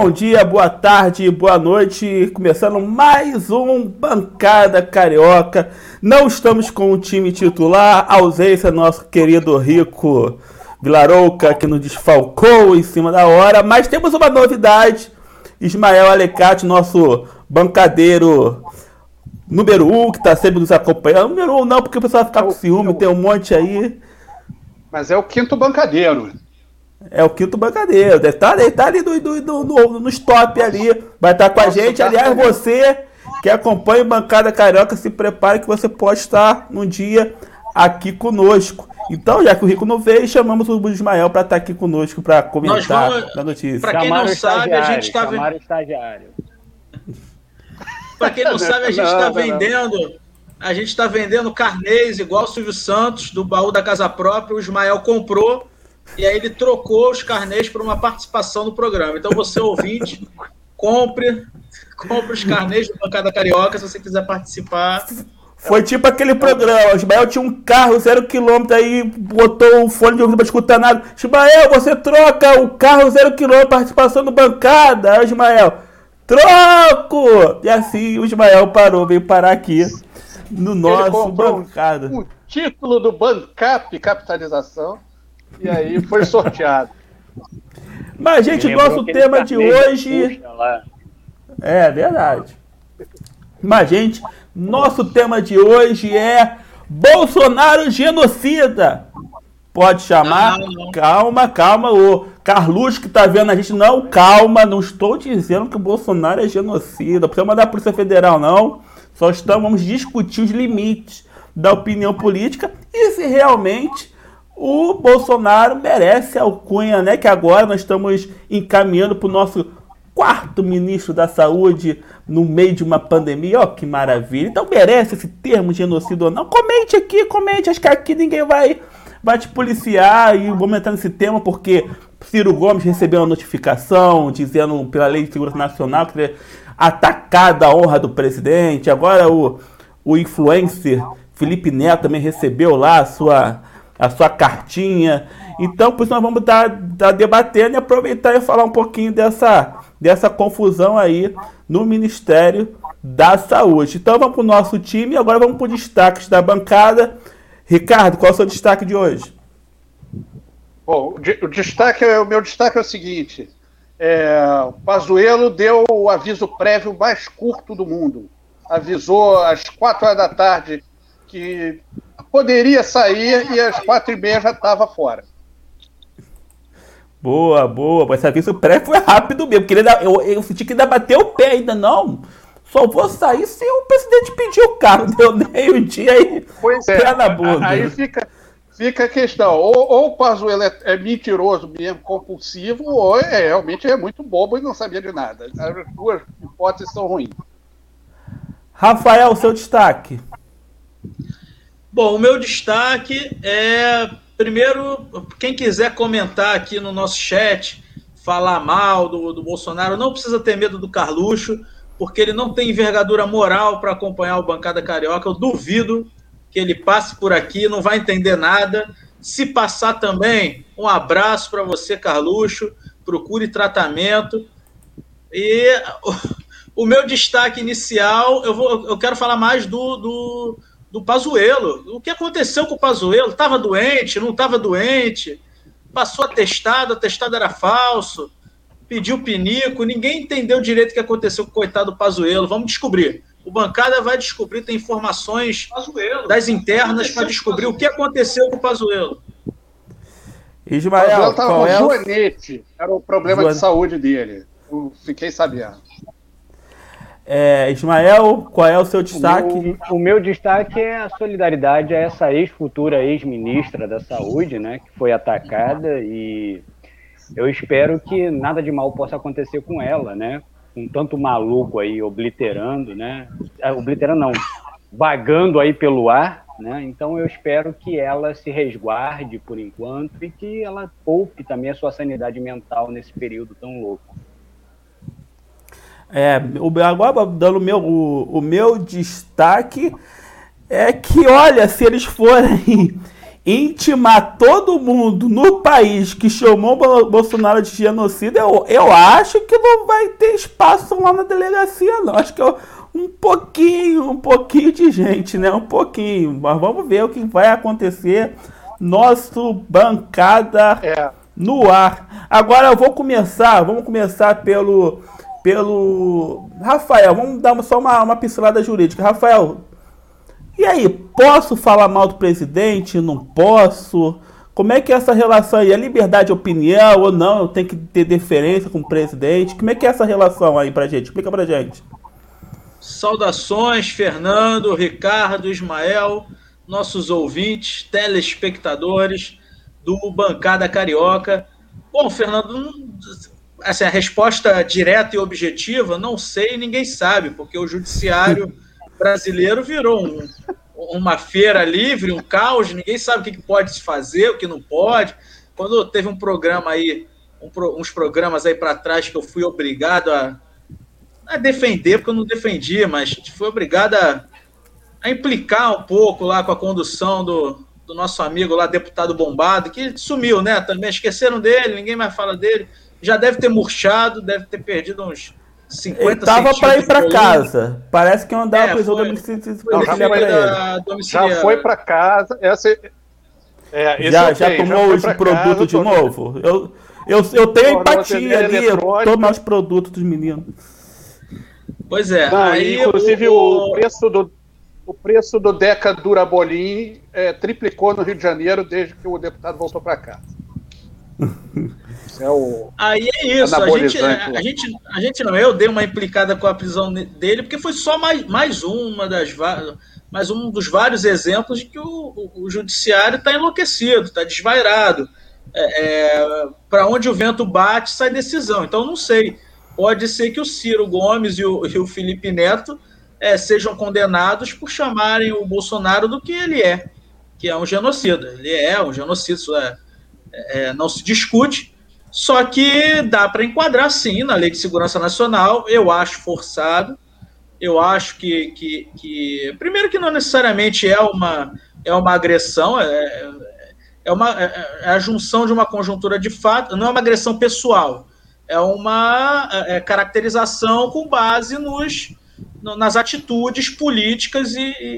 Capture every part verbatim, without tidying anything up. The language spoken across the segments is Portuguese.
Bom dia, boa tarde, boa noite. Começando mais um Bancada Carioca. Não estamos com o time titular, ausência do nosso querido Rico Vilarouca, que nos desfalcou em cima da hora, mas temos uma novidade. Ismael Alecate, nosso bancadeiro número um, que está sempre nos acompanhando. Número um não, porque o pessoal vai ficar com ciúme, tem um monte aí. Mas é o quinto bancadeiro. É o quinto bancadeiro, deve estar, deve estar ali do, do, do, no, nos top ali, vai estar com a gente. Aliás, você que acompanha o Bancada Carioca, se prepare que você pode estar um dia aqui conosco. Então, já que o Rico não veio, chamamos o Ismael para estar aqui conosco para comentar vamos, a notícia. Para quem não sabe, a gente está vendendo. Para quem não sabe, a gente está vendendo. A gente está vendendo carnês igual o Silvio Santos, do baú da casa própria. O Ismael comprou. E aí ele trocou os carnês por uma participação no programa. Então você, ouvinte, compre, compre os carnês do Bancada Carioca se você quiser participar. Foi tipo aquele programa, o Ismael tinha um carro zero quilômetro, aí botou um fone de ouvido pra escutar nada. Ismael, você troca o carro zero quilômetro, participação no Bancada. Aí o Ismael, troco! E assim o Ismael parou, veio parar aqui no nosso Bancada. O título do Bancap, capitalização. E aí foi sorteado. Mas, gente, nosso tema de hoje... É verdade. Mas, gente, nosso tema de hoje é Bolsonaro genocida. Pode chamar? Não, não, não. Calma, calma. O Carlos que tá vendo a gente, não, calma. Não estou dizendo que o Bolsonaro é genocida. Não precisa mandar a Polícia Federal, não. Só estamos, vamos discutir os limites da opinião política e se realmente... o Bolsonaro merece a alcunha, né? Que agora nós estamos encaminhando para o nosso quarto ministro da Saúde no meio de uma pandemia. Ó, que maravilha. Então merece esse termo genocida ou não? Comente aqui, comente. Acho que aqui ninguém vai, vai te policiar. E vamos entrar nesse tema porque Ciro Gomes recebeu uma notificação dizendo pela Lei de Segurança Nacional que ele atacado a honra do presidente. Agora o, o influencer Felipe Neto também recebeu lá a sua... a sua cartinha. Então, por isso nós vamos estar, estar debatendo e aproveitar e falar um pouquinho dessa, dessa confusão aí no Ministério da Saúde. Então, vamos para o nosso time e agora vamos para os destaques da bancada. Ricardo, qual é o seu destaque de hoje? Bom, o, destaque, o meu destaque é o seguinte. É, o Pazuello deu o aviso prévio mais curto do mundo. Avisou às quatro horas da tarde que poderia sair e às quatro e meia já estava fora. Boa, boa. Esse aviso prévio foi rápido mesmo. Porque ele ainda, eu, eu senti que ainda bateu o pé ainda. Não, só vou sair se o presidente pedir o carro. Deu meio dia aí. Pois é. Pé na bunda. Aí fica, fica a questão. Ou, ou o Pazuello é, é mentiroso mesmo, compulsivo, ou é, realmente é muito bobo e não sabia de nada. As duas hipóteses são ruins. Rafael, seu destaque. Bom, o meu destaque é, primeiro, quem quiser comentar aqui no nosso chat, falar mal do, do Bolsonaro, não precisa ter medo do Carluxo, porque ele não tem envergadura moral para acompanhar o Bancada Carioca. Eu duvido que ele passe por aqui, não vai entender nada. Se passar também, um abraço para você, Carluxo, procure tratamento. E o, o meu destaque inicial, eu, vou, eu quero falar mais do... do do Pazuello. O que aconteceu com o Pazuello? Estava doente, não estava doente, passou atestado, atestado era falso, pediu pinico, ninguém entendeu direito o que aconteceu com o coitado do Pazuello. Vamos descobrir. O Bancada vai descobrir, tem informações Pazuello, das internas para descobrir o que aconteceu com o Pazuello. Ismael, o Pazuello estava com é o... joanete, era o problema Joan... de saúde dele. Eu fiquei sabendo. É, Ismael, qual é o seu destaque? O meu, o meu destaque é a solidariedade a essa ex-futura ex-ministra da Saúde, né, que foi atacada, e eu espero que nada de mal possa acontecer com ela, né, com tanto maluco aí obliterando, né, obliterando não, vagando aí pelo ar, né, então eu espero que ela se resguarde por enquanto e que ela poupe também a sua sanidade mental nesse período tão louco. É, agora dando meu, o, o meu destaque é que, olha, se eles forem intimar todo mundo no país que chamou o Bolsonaro de genocida, eu, eu acho que não vai ter espaço lá na delegacia, não. Acho que eu, um pouquinho, um pouquinho de gente, né? Um pouquinho. Mas vamos ver o que vai acontecer. Nosso bancada é. no ar. Agora eu vou começar, vamos começar pelo, pelo Rafael. Vamos dar só uma, uma pincelada jurídica. Rafael, e aí, posso falar mal do presidente? Não posso? Como é que é essa relação aí? É liberdade de opinião ou não? Eu tenho que ter deferência com o presidente? Como é que é essa relação aí pra gente? Explica pra gente. Saudações, Fernando, Ricardo, Ismael, nossos ouvintes, telespectadores do Bancada Carioca. Bom, Fernando, assim, a resposta direta e objetiva, não sei, ninguém sabe, porque o judiciário brasileiro virou um, uma feira livre, um caos, ninguém sabe o que pode se fazer, o que não pode. Quando teve um programa aí, um, uns programas aí para trás que eu fui obrigado a, a defender, porque eu não defendia, mas fui obrigado a, a implicar um pouco lá com a condução do, do nosso amigo lá, deputado Bombado, que sumiu, né? Também esqueceram dele, ninguém mais fala dele. Já deve ter murchado, deve ter perdido uns cinquenta Ele tava para ir para casa. Parece que andava é, prisão domiciliar. Já foi para casa. Essa, é, já já tenho, tomou já os produtos de novo? Eu, eu, eu tenho Pô, empatia ali, eu tomo os produtos dos meninos. Pois é. Não, aí inclusive o... o preço do o preço do Deca Durabolim é, triplicou no Rio de Janeiro desde que o deputado voltou para casa. É o Aí é isso, a gente, a, gente, a gente não, eu dei uma implicada com a prisão dele, porque foi só mais, mais, uma das, mais um dos vários exemplos de que o, o, o judiciário está enlouquecido, está desvairado. É, é, para onde o vento bate, sai decisão. Então, não sei, pode ser que o Ciro Gomes e o, e o Felipe Neto é, sejam condenados por chamarem o Bolsonaro do que ele é, que é um genocida. Ele é um genocida, isso é, é, não se discute. Só que dá para enquadrar, sim, na Lei de Segurança Nacional. Eu acho forçado. Eu acho que, que, que... Primeiro que não necessariamente é uma, é uma agressão, é, é, uma, é a junção de uma conjuntura de fato, não é uma agressão pessoal, é uma é, caracterização com base nos, nas atitudes políticas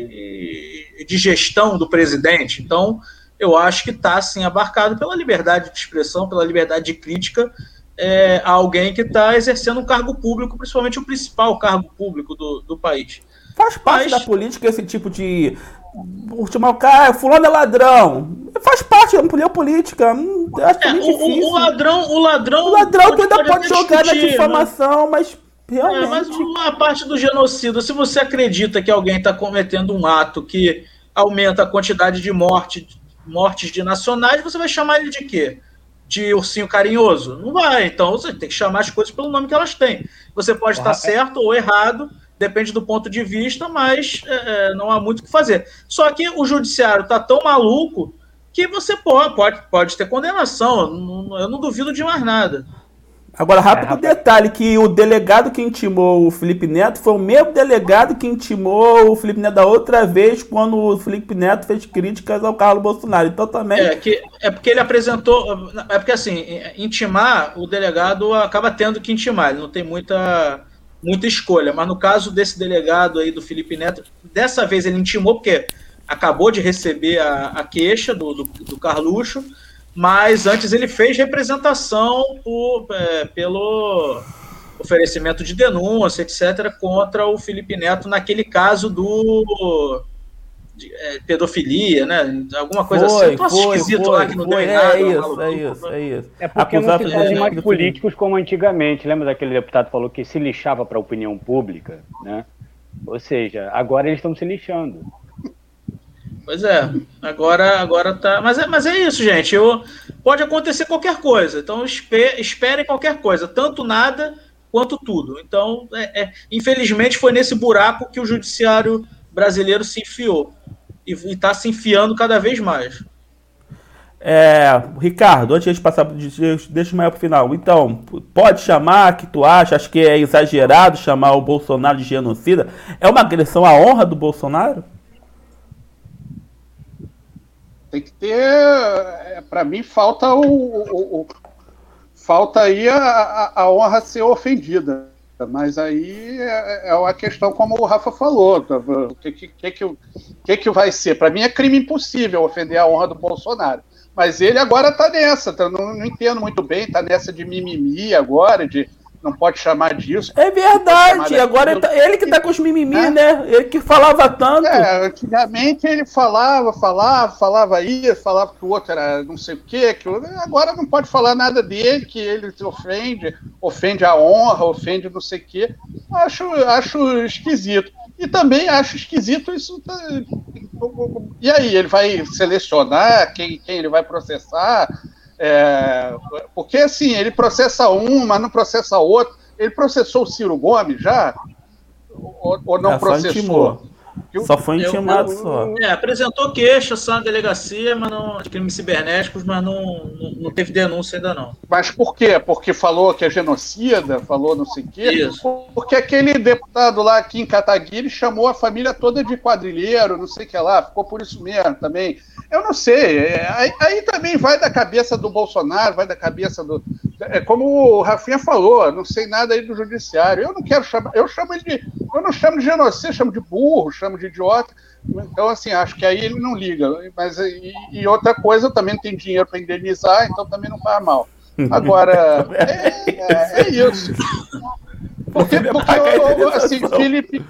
e, e de gestão do presidente. Então, eu acho que está, sim, abarcado pela liberdade de expressão, pela liberdade de crítica é, a alguém que está exercendo um cargo público, principalmente o principal cargo público do, do país. Faz parte Mas... da política esse tipo de... O cara, fulano é ladrão. Faz parte da política. Acho que é, é muito o, difícil. O ladrão, o ladrão... O ladrão tu ainda pode jogar na difamação, mas... Realmente... É, mas a parte do genocídio, se você acredita que alguém está cometendo um ato que aumenta a quantidade de morte... mortes de nacionais, você vai chamar ele de quê? De ursinho carinhoso? Não vai. Então você tem que chamar as coisas pelo nome que elas têm. Você pode estar certo ou errado, depende do ponto de vista, mas é, não há muito o que fazer. Só que o judiciário está tão maluco que você pode, pode, pode ter condenação. Eu não, eu não duvido de mais nada. Agora, rápido é, detalhe, que o delegado que intimou o Felipe Neto foi o mesmo delegado que intimou o Felipe Neto da outra vez, quando o Felipe Neto fez críticas ao Carlos Bolsonaro. Então também... É, que, é porque ele apresentou... É porque, assim, intimar, o delegado acaba tendo que intimar, ele não tem muita, muita escolha. Mas no caso desse delegado aí, do Felipe Neto, dessa vez ele intimou, porque acabou de receber a, a queixa do, do, do Carluxo, mas antes ele fez representação por, é, pelo oferecimento de denúncia, etcétera, contra o Felipe Neto naquele caso do de, é, pedofilia, né? Alguma coisa foi, assim. Um foi, esquisito foi, lá que não foi, deu é, nada. É isso, é isso, é isso. É porque não se fazem mais políticos como antigamente. Lembra daquele deputado que falou que se lixava para a opinião pública, né? Ou seja, agora eles estão se lixando. Pois é, agora, agora tá. Mas é, mas é isso, gente. Eu, pode acontecer qualquer coisa. Então, espere, esperem qualquer coisa. Tanto nada quanto tudo. Então, é, é, infelizmente, foi nesse buraco que o judiciário brasileiro se enfiou. E está se enfiando cada vez mais. É, Ricardo, antes de passar, deixa o maior pro final. Então, pode chamar, que tu acha? Acho que é exagerado chamar o Bolsonaro de genocida. É uma agressão à honra do Bolsonaro? tem que ter... É, para mim, falta o, o, o falta aí a, a honra ser ofendida. Mas aí é, é uma questão, como o Rafa falou, o que, que, que, que, que vai ser? Para mim é crime impossível ofender a honra do Bolsonaro. Mas ele agora está nessa, tá, não, não entendo muito bem, está nessa de mimimi agora, de não pode chamar disso. É verdade, agora ele, tá, ele que está com os mimimi, é. né? Ele que falava tanto. É, antigamente ele falava, falava, falava isso, falava que o outro era não sei o quê, que o... agora não pode falar nada dele, que ele se ofende, ofende a honra, ofende não sei o quê. Acho, acho esquisito. E também acho esquisito isso. E aí, ele vai selecionar quem, quem ele vai processar? É, porque assim, ele processa um, mas não processa outro. Ele processou o Ciro Gomes já? Ou, ou não é, processou? Só, só foi intimado eu, eu, só. É, apresentou queixa só na delegacia, mas não, de crimes cibernéticos, mas não, não, não teve denúncia ainda não. Mas por quê? Porque falou que é genocida, falou não sei o quê? Isso. Porque aquele deputado lá aqui em Cataguiri chamou a família toda de quadrilheiro, não sei o que lá, ficou por isso mesmo também. Eu não sei, é, aí, aí também vai da cabeça do Bolsonaro, vai da cabeça do... É, como o Rafinha falou, não sei nada aí do judiciário. Eu não quero chamar, eu chamo ele de... Eu não chamo de genocida, chamo de burro, chamo de idiota. Então, assim, acho que aí ele não liga. Mas, e, e outra coisa, eu também não tenho dinheiro para indenizar, então também não faz mal. Agora, é, é, é isso. Porque, porque eu, assim, Felipe...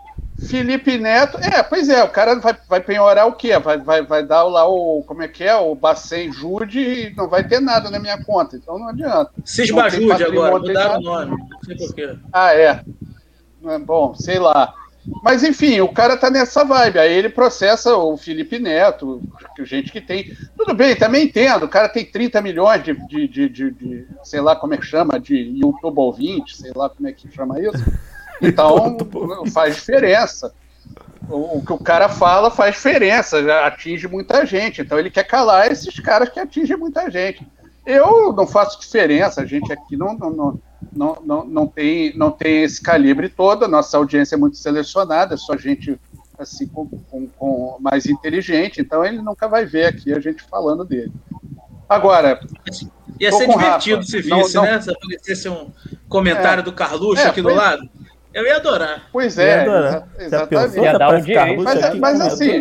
Felipe Neto, é, pois é, o cara vai, vai penhorar o quê? Vai, vai, vai dar lá o, como é que é, o Bacen Jude e não vai ter nada na minha conta, então não adianta. Cisba Jude agora, mudaram o nome, não sei porquê. Ah, é. Bom, sei lá. Mas, enfim, o cara tá nessa vibe, aí ele processa o Felipe Neto, gente que tem... Tudo bem, também entendo, o cara tem trinta milhões de, de, de, de, de sei lá como é que chama, de YouTube ouvinte, sei lá como é que chama isso. Então, faz diferença. O, o que o cara fala faz diferença, já atinge muita gente. Então, ele quer calar esses caras que atingem muita gente. Eu não faço diferença, a gente aqui não, não, não, não, não, não, tem, não tem esse calibre todo, a nossa audiência é muito selecionada, é só gente assim, com, com, com mais inteligente, então ele nunca vai ver aqui a gente falando dele. Agora... Ia ser divertido se visse, não, não... né? Se aparecesse um comentário é, do Carluxo é, aqui do lado. Eu ia adorar. Pois é, adorar. exatamente. Ia dar audiência. Mas, mas assim,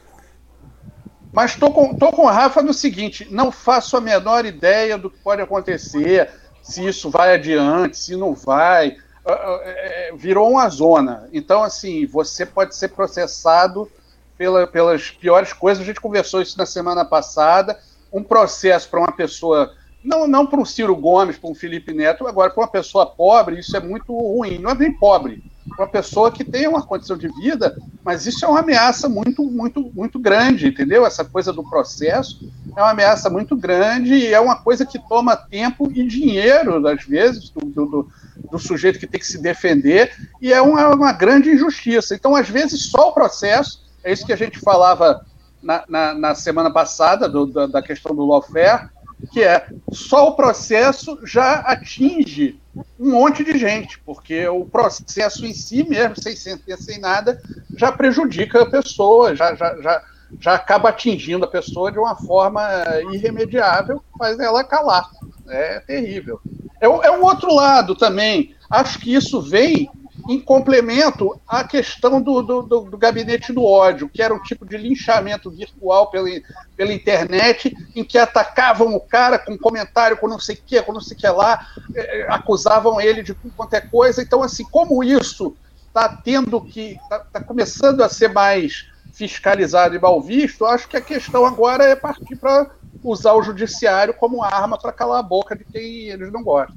mas tô com, tô com o Rafa no seguinte, não faço a menor ideia do que pode acontecer, se isso vai adiante, se não vai. Virou uma zona. Então, assim, você pode ser processado pela, pelas piores coisas. A gente conversou isso na semana passada. Um processo para uma pessoa... Não, não para um Ciro Gomes, para um Felipe Neto, agora para uma pessoa pobre, isso é muito ruim. Não é nem pobre, para uma pessoa que tem uma condição de vida, mas isso é uma ameaça muito, muito, muito grande, entendeu? Essa coisa do processo é uma ameaça muito grande e é uma coisa que toma tempo e dinheiro, às vezes, do, do, do sujeito que tem que se defender, e é uma, uma grande injustiça. Então, às vezes, só o processo, é isso que a gente falava na, na, na semana passada, do, da, da questão do lawfare, que é só o processo já atinge um monte de gente, porque o processo em si mesmo, sem sentença, sem nada, já prejudica a pessoa, já, já, já, já acaba atingindo a pessoa de uma forma irremediável, faz ela calar. É terrível. É, é um outro lado também. Acho que isso vem em complemento à questão do, do, do, do gabinete do ódio, que era um tipo de linchamento virtual pela, pela internet, em que atacavam o cara com comentário, com não sei o que, com não sei o que lá, eh, acusavam ele de qualquer coisa. Então, assim, como isso está tendo que... está tá começando a ser mais fiscalizado e mal visto, acho que a questão agora é partir para usar o judiciário como arma para calar a boca de quem eles não gostam.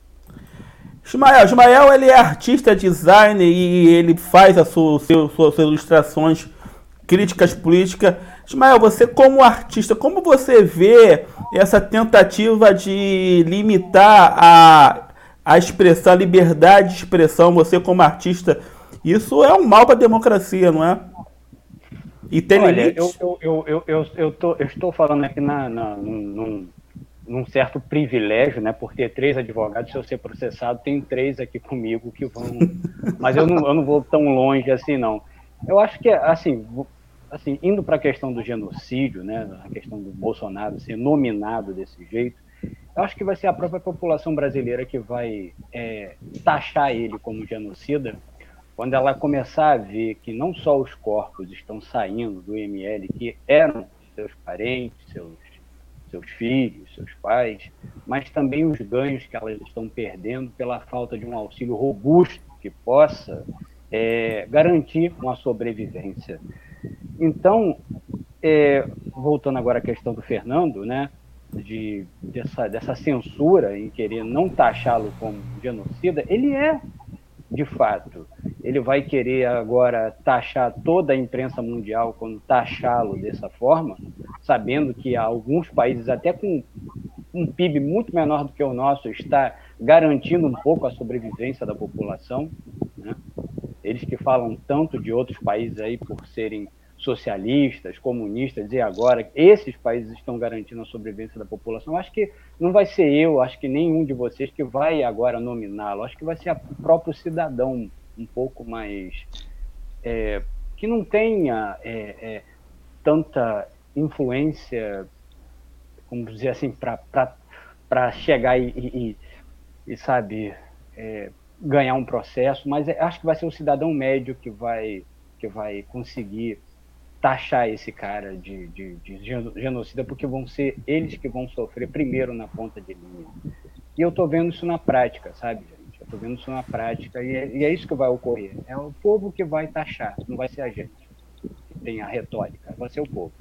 Ismael, Ismael ele é artista, designer e ele faz as suas, suas ilustrações, críticas políticas. Ismael, você como artista, como você vê essa tentativa de limitar a, a expressão, a liberdade de expressão, você como artista, isso é um mal para a democracia, não é? E tem Olha, limite? eu, eu, eu, eu, eu, eu, tô, eu estou falando aqui na, na, num, num certo privilégio, né, por ter três advogados. Se eu ser processado, tem três aqui comigo que vão... Mas eu não, eu não vou tão longe assim, não. Eu acho que, assim, assim, indo para a questão do genocídio, né, a questão do Bolsonaro ser nominado desse jeito, eu acho que vai ser a própria população brasileira que vai é, taxar ele como genocida, quando ela começar a ver que não só os corpos estão saindo do I M L, que eram seus parentes, seus, seus filhos, seus pais, mas também os ganhos que elas estão perdendo pela falta de um auxílio robusto que possa é, garantir uma sobrevivência. Então, é, voltando agora à questão do Fernando, né, de, dessa, dessa censura em querer não taxá-lo como genocida, ele é, de fato. Ele vai querer agora taxar toda a imprensa mundial quando taxá-lo dessa forma, sabendo que alguns países, até com um P I B muito menor do que o nosso, está garantindo um pouco a sobrevivência da população, né? Eles que falam tanto de outros países aí por serem socialistas, comunistas, e agora esses países estão garantindo a sobrevivência da população. Acho que não vai ser eu, acho que nenhum de vocês que vai agora nominá-lo, acho que vai ser o próprio cidadão um pouco mais... É, que não tenha é, é, tanta influência, como dizer assim, para chegar e, e, e sabe, é, ganhar um processo, mas acho que vai ser o cidadão médio que vai, que vai conseguir taxar esse cara de, de, de genocida, porque vão ser eles que vão sofrer primeiro na ponta de linha. E eu estou vendo isso na prática, sabe, gente? Eu estou vendo isso na prática e é, e é isso que vai ocorrer. É o povo que vai taxar, não vai ser a gente que tem a retórica, vai ser o povo.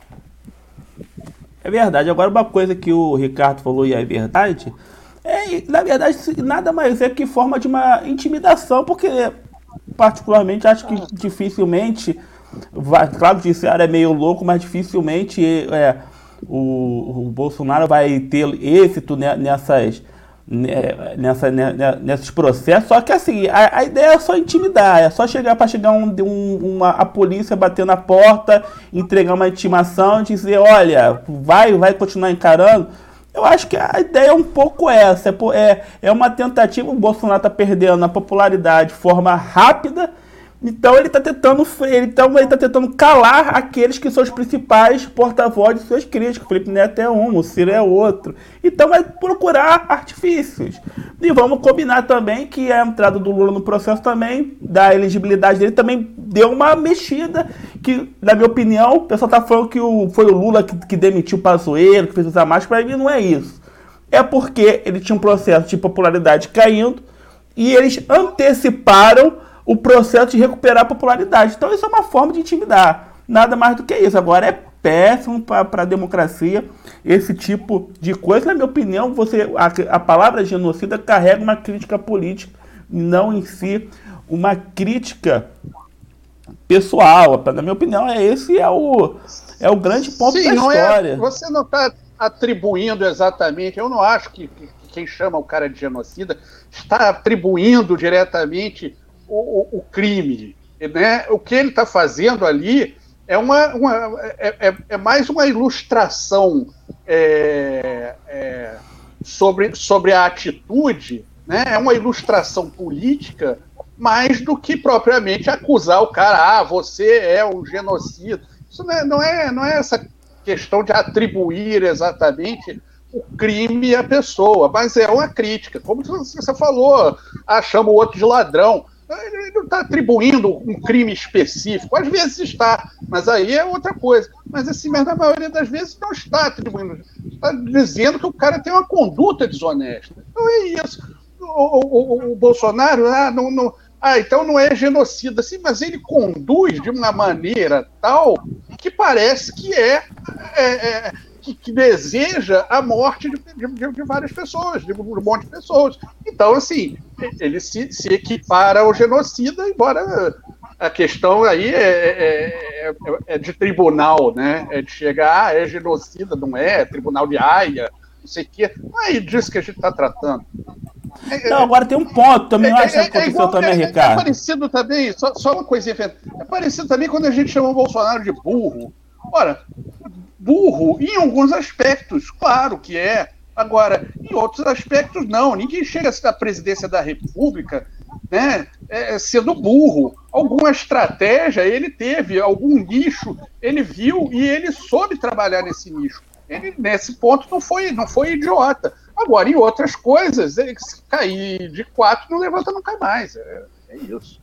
É verdade. Agora, uma coisa que o Ricardo falou e é verdade, é, na verdade, nada mais é que forma de uma intimidação, porque, particularmente, acho que dificilmente... Vai, claro que o judiciário é meio louco, mas dificilmente é, o, o Bolsonaro vai ter êxito nessas, nessa, nesses processos. Só que assim, a, a ideia é só intimidar, é só chegar para chegar um, um, uma, a polícia bater na porta, entregar uma intimação, dizer, olha, vai, vai continuar encarando. Eu acho que a ideia é um pouco essa, é, é uma tentativa, o Bolsonaro está perdendo a popularidade de forma rápida. Então ele está tentando, ele tá, ele tá tentando calar aqueles que são os principais porta-vozes de suas críticas. O Felipe Neto é um, o Ciro é outro. Então vai procurar artifícios. E vamos combinar também que a entrada do Lula no processo também, da elegibilidade dele, também deu uma mexida, que, na minha opinião, o pessoal está falando que o, foi o Lula que, que demitiu o Pazuello, que fez usar máscara. Para mim não é isso. É porque ele tinha um processo de popularidade caindo e eles anteciparam o processo de recuperar a popularidade. Então isso é uma forma de intimidar, nada mais do que isso. Agora é péssimo para a democracia esse tipo de coisa. Na minha opinião, você, a, a palavra genocida carrega uma crítica política, não em si uma crítica pessoal. Na minha opinião, é esse é o, é o grande ponto Sim, da não história. É, você não está atribuindo exatamente, eu não acho que, que quem chama o cara de genocida está atribuindo diretamente O, o crime, né? O que ele está fazendo ali é, uma, uma, é, é, é mais uma ilustração é, é, sobre, sobre a atitude, né? É uma ilustração política mais do que propriamente acusar o cara, ah, você é um genocida. Isso não é, não é, não é essa questão de atribuir exatamente o crime à pessoa, mas é uma crítica, como você falou, ah, chama o outro de ladrão. Ele não está atribuindo um crime específico, às vezes está, mas aí é outra coisa. Mas assim, mas na maioria das vezes não está atribuindo, está dizendo que o cara tem uma conduta desonesta. Então é isso. O, o, o Bolsonaro, ah, não, não, ah, então não é genocida, assim, mas ele conduz de uma maneira tal que parece que é, é, é que, que deseja a morte de, de, de várias pessoas, de um monte de pessoas. Então, assim, ele se, se equipara ao genocida, embora a questão aí é, é, é de tribunal, né? É de chegar, ah, é genocida, não é? Tribunal de Haia, não sei o quê. Não é disso que a gente está tratando. É, não, agora tem um ponto, também é, acho que é, aconteceu é igual, também, é, Ricardo. É parecido também, só, só uma coisinha, é parecido também quando a gente chama o Bolsonaro de burro. Ora, burro em alguns aspectos, claro que é. Agora, em outros aspectos, não. Ninguém chega à presidência da República né, é, sendo burro. Alguma estratégia ele teve, algum nicho ele viu e ele soube trabalhar nesse nicho. Ele, nesse ponto, não foi, não foi idiota. Agora, em outras coisas, ele, se cair de quatro, não levanta nunca mais. É, é isso.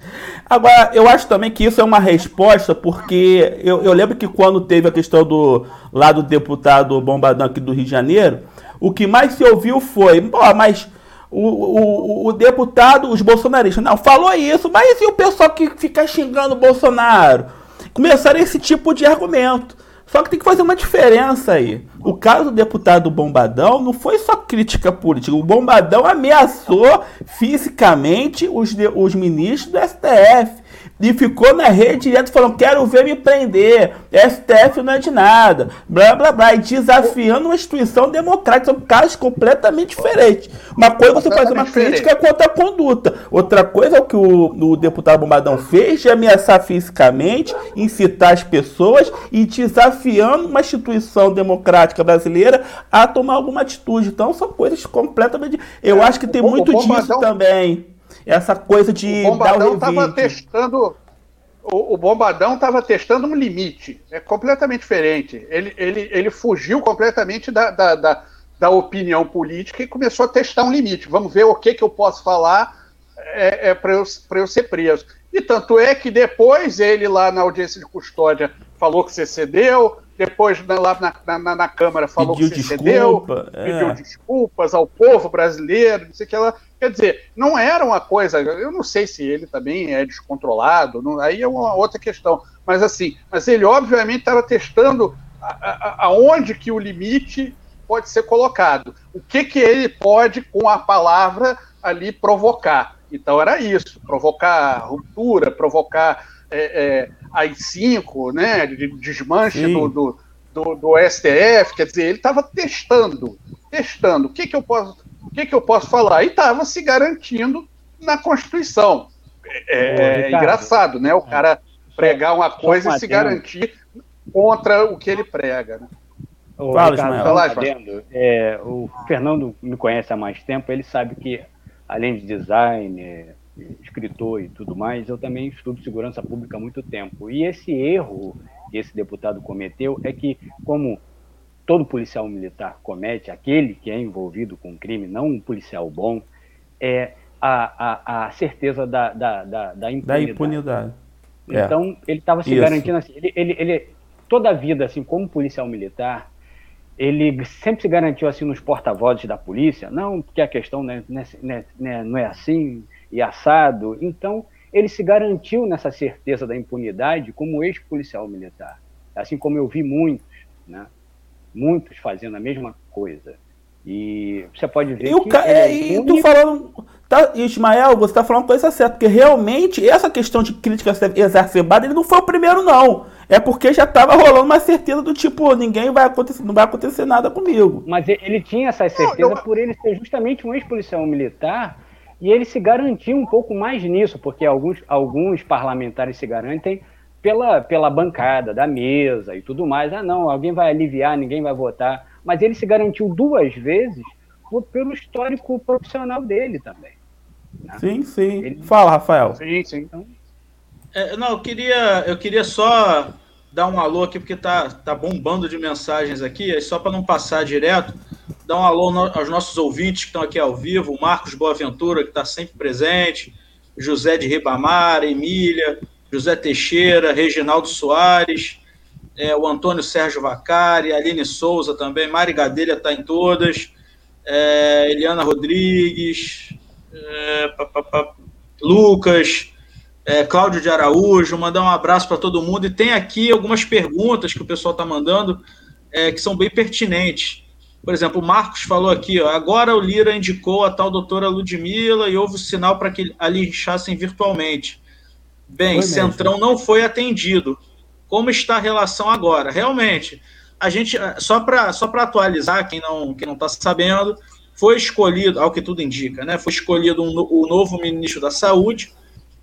Agora, eu acho também que isso é uma resposta, porque eu, eu lembro que quando teve a questão do lá do deputado Bombadão aqui do Rio de Janeiro, o que mais se ouviu foi, pô, mas o, o, o deputado, os bolsonaristas, não, falou isso, mas e o pessoal que fica xingando o Bolsonaro? Começaram esse tipo de argumento. Só que tem que fazer uma diferença aí. O caso do deputado Bombadão não foi só crítica política. O Bombadão ameaçou fisicamente os, de, os ministros do S T F. E ficou na rede direto falando, quero ver me prender, S T F não é de nada, blá blá blá, e desafiando uma instituição democrática. São casos completamente diferentes. Uma coisa é você fazer uma crítica contra a conduta, outra coisa é o que o, o deputado Bombadão fez, de ameaçar fisicamente, incitar as pessoas e desafiando uma instituição democrática brasileira a tomar alguma atitude. Então são coisas completamente... Eu é, acho que tem o, muito o Bombadão... disso também. Essa coisa de o Bombadão estava testando o, o Bombadão estava testando um limite, é completamente diferente. Ele, ele, ele fugiu completamente da, da, da, da opinião política e começou a testar um limite. Vamos ver o que, que eu posso falar é, é, para eu, para eu ser preso. E tanto é que depois ele lá na audiência de custódia falou que você cedeu, depois lá na, na, na Câmara falou pediu que você desculpa, cedeu, é. pediu desculpas ao povo brasileiro, não sei o que lá. Quer dizer, não era uma coisa, eu não sei se ele também é descontrolado, não, aí é uma outra questão, mas assim, mas ele obviamente estava testando a, a, aonde que o limite pode ser colocado, o que que ele pode com a palavra ali provocar. Então era isso, provocar ruptura, provocar é, é, A I cinco, né, de desmanche do, do, do, do S T F, quer dizer, ele estava testando, testando, o que que eu posso... O que, que eu posso falar? E estava se garantindo na Constituição. É, é engraçado, né? O cara pregar uma coisa e se garantir contra o que ele prega. Né? O, Fala, Ricardo, é, o Fernando me conhece há mais tempo, ele sabe que, além de designer, escritor e tudo mais, eu também estudo segurança pública há muito tempo. E esse erro que esse deputado cometeu é que, como todo policial militar comete, aquele que é envolvido com crime, não um policial bom, é a, a, a certeza da, da, da, da impunidade. Da impunidade. Então, é. ele estava se Isso. garantindo assim, ele, ele, ele, toda a vida, assim, como policial militar, ele sempre se garantiu assim nos porta-vozes da polícia, não, porque a questão não é, não é, não é assim e assado. Então, ele se garantiu nessa certeza da impunidade como ex-policial militar. Assim como eu vi muitos, né? Muitos fazendo a mesma coisa. E você pode ver e que... Ca... É e único... tu falando... Tá, Ismael, você está falando coisa certa, porque realmente essa questão de crítica exacerbada, ele não foi o primeiro, não. É porque já estava rolando uma certeza do tipo, ninguém vai acontecer, não vai acontecer nada comigo. Mas ele tinha essa certeza não, eu... por ele ser justamente um ex-policial militar, e ele se garantiu um pouco mais nisso, porque alguns, alguns parlamentares se garantem Pela, pela bancada da mesa e tudo mais. Ah, não, alguém vai aliviar, ninguém vai votar. Mas ele se garantiu duas vezes por, pelo histórico profissional dele também. Né? Sim, sim. Ele... Fala, Rafael. Sim, sim. Então... É, não, eu queria, eu queria só dar um alô aqui, porque tá, tá bombando de mensagens aqui, só para não passar direto, dar um alô no, aos nossos ouvintes que estão aqui ao vivo, o Marcos Boaventura, que está sempre presente, José de Ribamar, Emília, José Teixeira, Reginaldo Soares, é, o Antônio Sérgio Vacari, Aline Souza também, Mari Gadelha está em todas, é, Eliana Rodrigues, é, pá, pá, pá, Lucas, é, Cláudio de Araújo, mandar um abraço para todo mundo. E tem aqui algumas perguntas que o pessoal está mandando é, que são bem pertinentes. Por exemplo, o Marcos falou aqui, ó, agora o Lira indicou a tal doutora Ludmilla e houve o sinal para que a linchassem virtualmente. Bem, Centrão não foi atendido. Como está a relação agora? Realmente, a gente, só para só para atualizar, quem não quem não está sabendo, foi escolhido, ao que tudo indica, né? Foi escolhido um, o novo ministro da Saúde,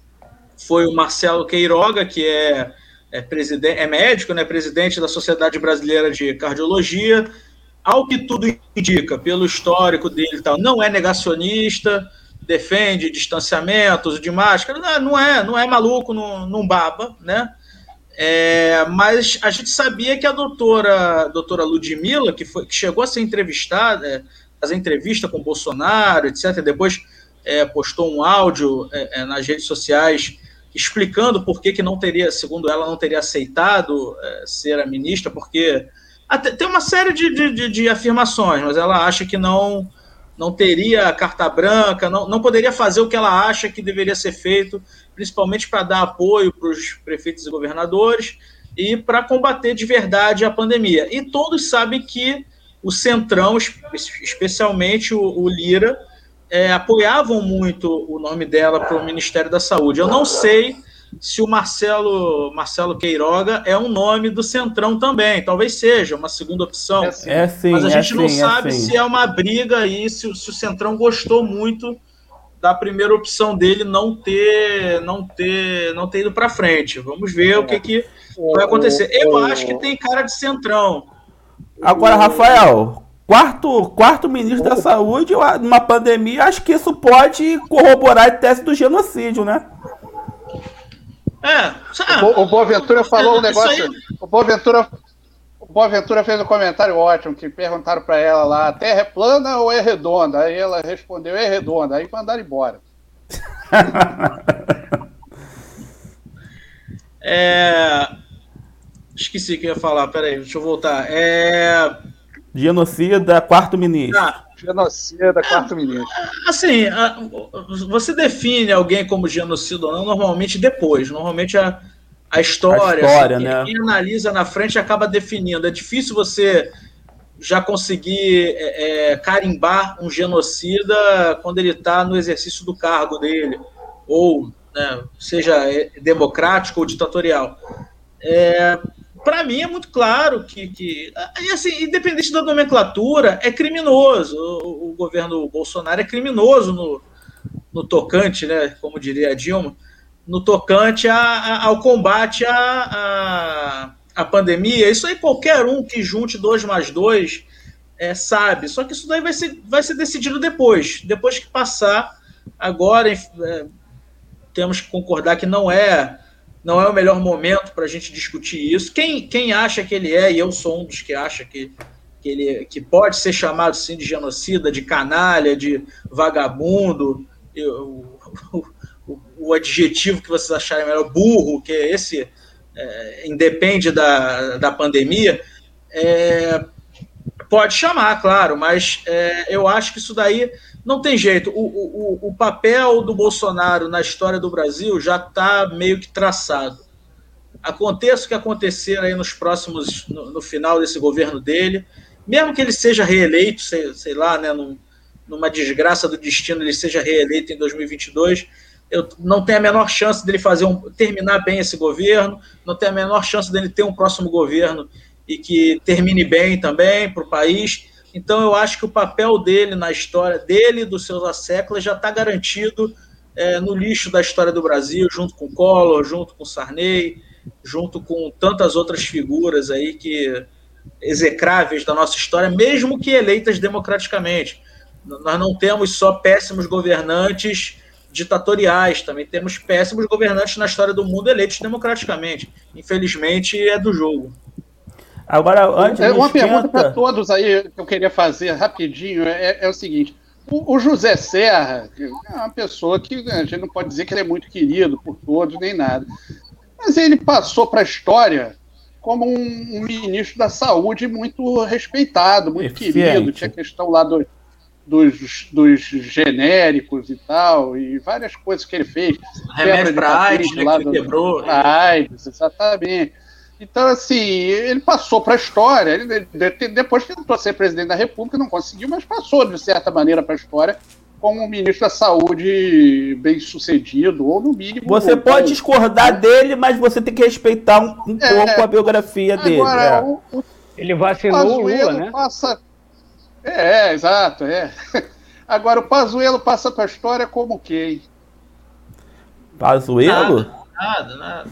foi o Marcelo Queiroga, que é, é, presidente, é médico, né? Presidente da Sociedade Brasileira de Cardiologia. Ao que tudo indica, pelo histórico dele e tal, não é negacionista, defende distanciamento, de máscara, não, não é, não é maluco, não, não baba, né? É, mas a gente sabia que a doutora, a doutora Ludmilla, que, foi, que chegou a ser entrevistada, é, fazer entrevista com o Bolsonaro, etcétera, depois é, postou um áudio é, é, nas redes sociais explicando por que, que não teria, segundo ela, não teria aceitado é, ser a ministra, porque até, tem uma série de, de, de afirmações, mas ela acha que não, não teria carta branca, não, não poderia fazer o que ela acha que deveria ser feito, principalmente para dar apoio para os prefeitos e governadores e para combater de verdade a pandemia. E todos sabem que o Centrão, especialmente o, o Lira, é, apoiavam muito o nome dela para o Ministério da Saúde. Eu não sei se o Marcelo, Marcelo Queiroga é um nome do Centrão também, talvez seja uma segunda opção, é sim, é sim, mas a gente é não sim, sabe é sim. se é uma briga aí, se, se o Centrão gostou muito da primeira opção dele não ter, não ter, não ter ido para frente. Vamos ver é. o que, que vai acontecer. Eu acho que tem cara de Centrão. Agora, Rafael, quarto, quarto ministro da Saúde, numa pandemia, acho que isso pode corroborar a tese do genocídio, né? É. O, o Boaventura falou um negócio. Aí... O Boaventura, o Boaventura fez um comentário ótimo, que perguntaram para ela lá, a Terra é plana ou é redonda? Aí ela respondeu, é redonda. Aí mandaram embora. é... Esqueci o que eu ia falar, peraí, deixa eu voltar. É... Genocida, quarto ministro. Ah, genocida, quarto ministro. Assim, você define alguém como genocida ou não, normalmente depois. Normalmente a, a história, a história assim, né? quem analisa na frente acaba definindo. É difícil você já conseguir é, carimbar um genocida quando ele está no exercício do cargo dele, ou né, seja democrático ou ditatorial. É... Para mim é muito claro que, que e assim, independente da nomenclatura, é criminoso. O, o governo Bolsonaro é criminoso no, no tocante, né, como diria a Dilma, no tocante a, a, ao combate à a, a, a pandemia. Isso aí qualquer um que junte dois mais dois é, sabe. Só que isso daí vai ser, vai ser decidido depois. Depois que passar, agora é, temos que concordar que não é Não é o melhor momento para a gente discutir isso. Quem, quem acha que ele é, e eu sou um dos que acha que, que ele que pode ser chamado sim de genocida, de canalha, de vagabundo, o, o, o, o adjetivo que vocês acharem melhor, burro, que esse é, independe da, da pandemia, é, pode chamar, claro, mas é, eu acho que isso daí não tem jeito. O, o, o papel do Bolsonaro na história do Brasil já está meio que traçado. Aconteça o que acontecer aí nos próximos, no, no final desse governo dele, mesmo que ele seja reeleito, sei, sei lá, né, num, numa desgraça do destino, ele seja reeleito em dois mil e vinte e dois, eu não tenho a menor chance dele fazer um, terminar bem esse governo, não tenho a menor chance dele ter um próximo governo e que termine bem também para o país. Então, eu acho que o papel dele na história, dele e dos seus asseclas, já está garantido é, no lixo da história do Brasil, junto com Collor, junto com Sarney, junto com tantas outras figuras aí que execráveis da nossa história, mesmo que eleitas democraticamente. Nós não temos só péssimos governantes ditatoriais, também temos péssimos governantes na história do mundo eleitos democraticamente. Infelizmente, é do jogo. Agora, antes é, uma pergunta para todos aí que eu queria fazer rapidinho é, é o seguinte: o, o José Serra é uma pessoa que a gente não pode dizer que ele é muito querido por todos nem nada, mas ele passou para a história como um, um ministro da saúde muito respeitado, muito Eficiente. querido. Tinha a questão lá do, dos, dos genéricos e tal, e várias coisas que ele fez. Remédio para AIDS, né, que ele quebrou. Para AIDS, exatamente. Então, assim, ele passou para a história, ele, depois que tentou ser presidente da República, não conseguiu, mas passou, de certa maneira, para a história como um ministro da saúde bem-sucedido, ou no mínimo... Você ou, pode discordar ou, dele, mas você tem que respeitar um, um é, pouco a biografia agora, dele. É. O, o, ele vacinou o Lula, né? Passa... É, é, exato, é. Agora, o Pazuello passa para a história como quem? Pazuello? Nada, nada, nada.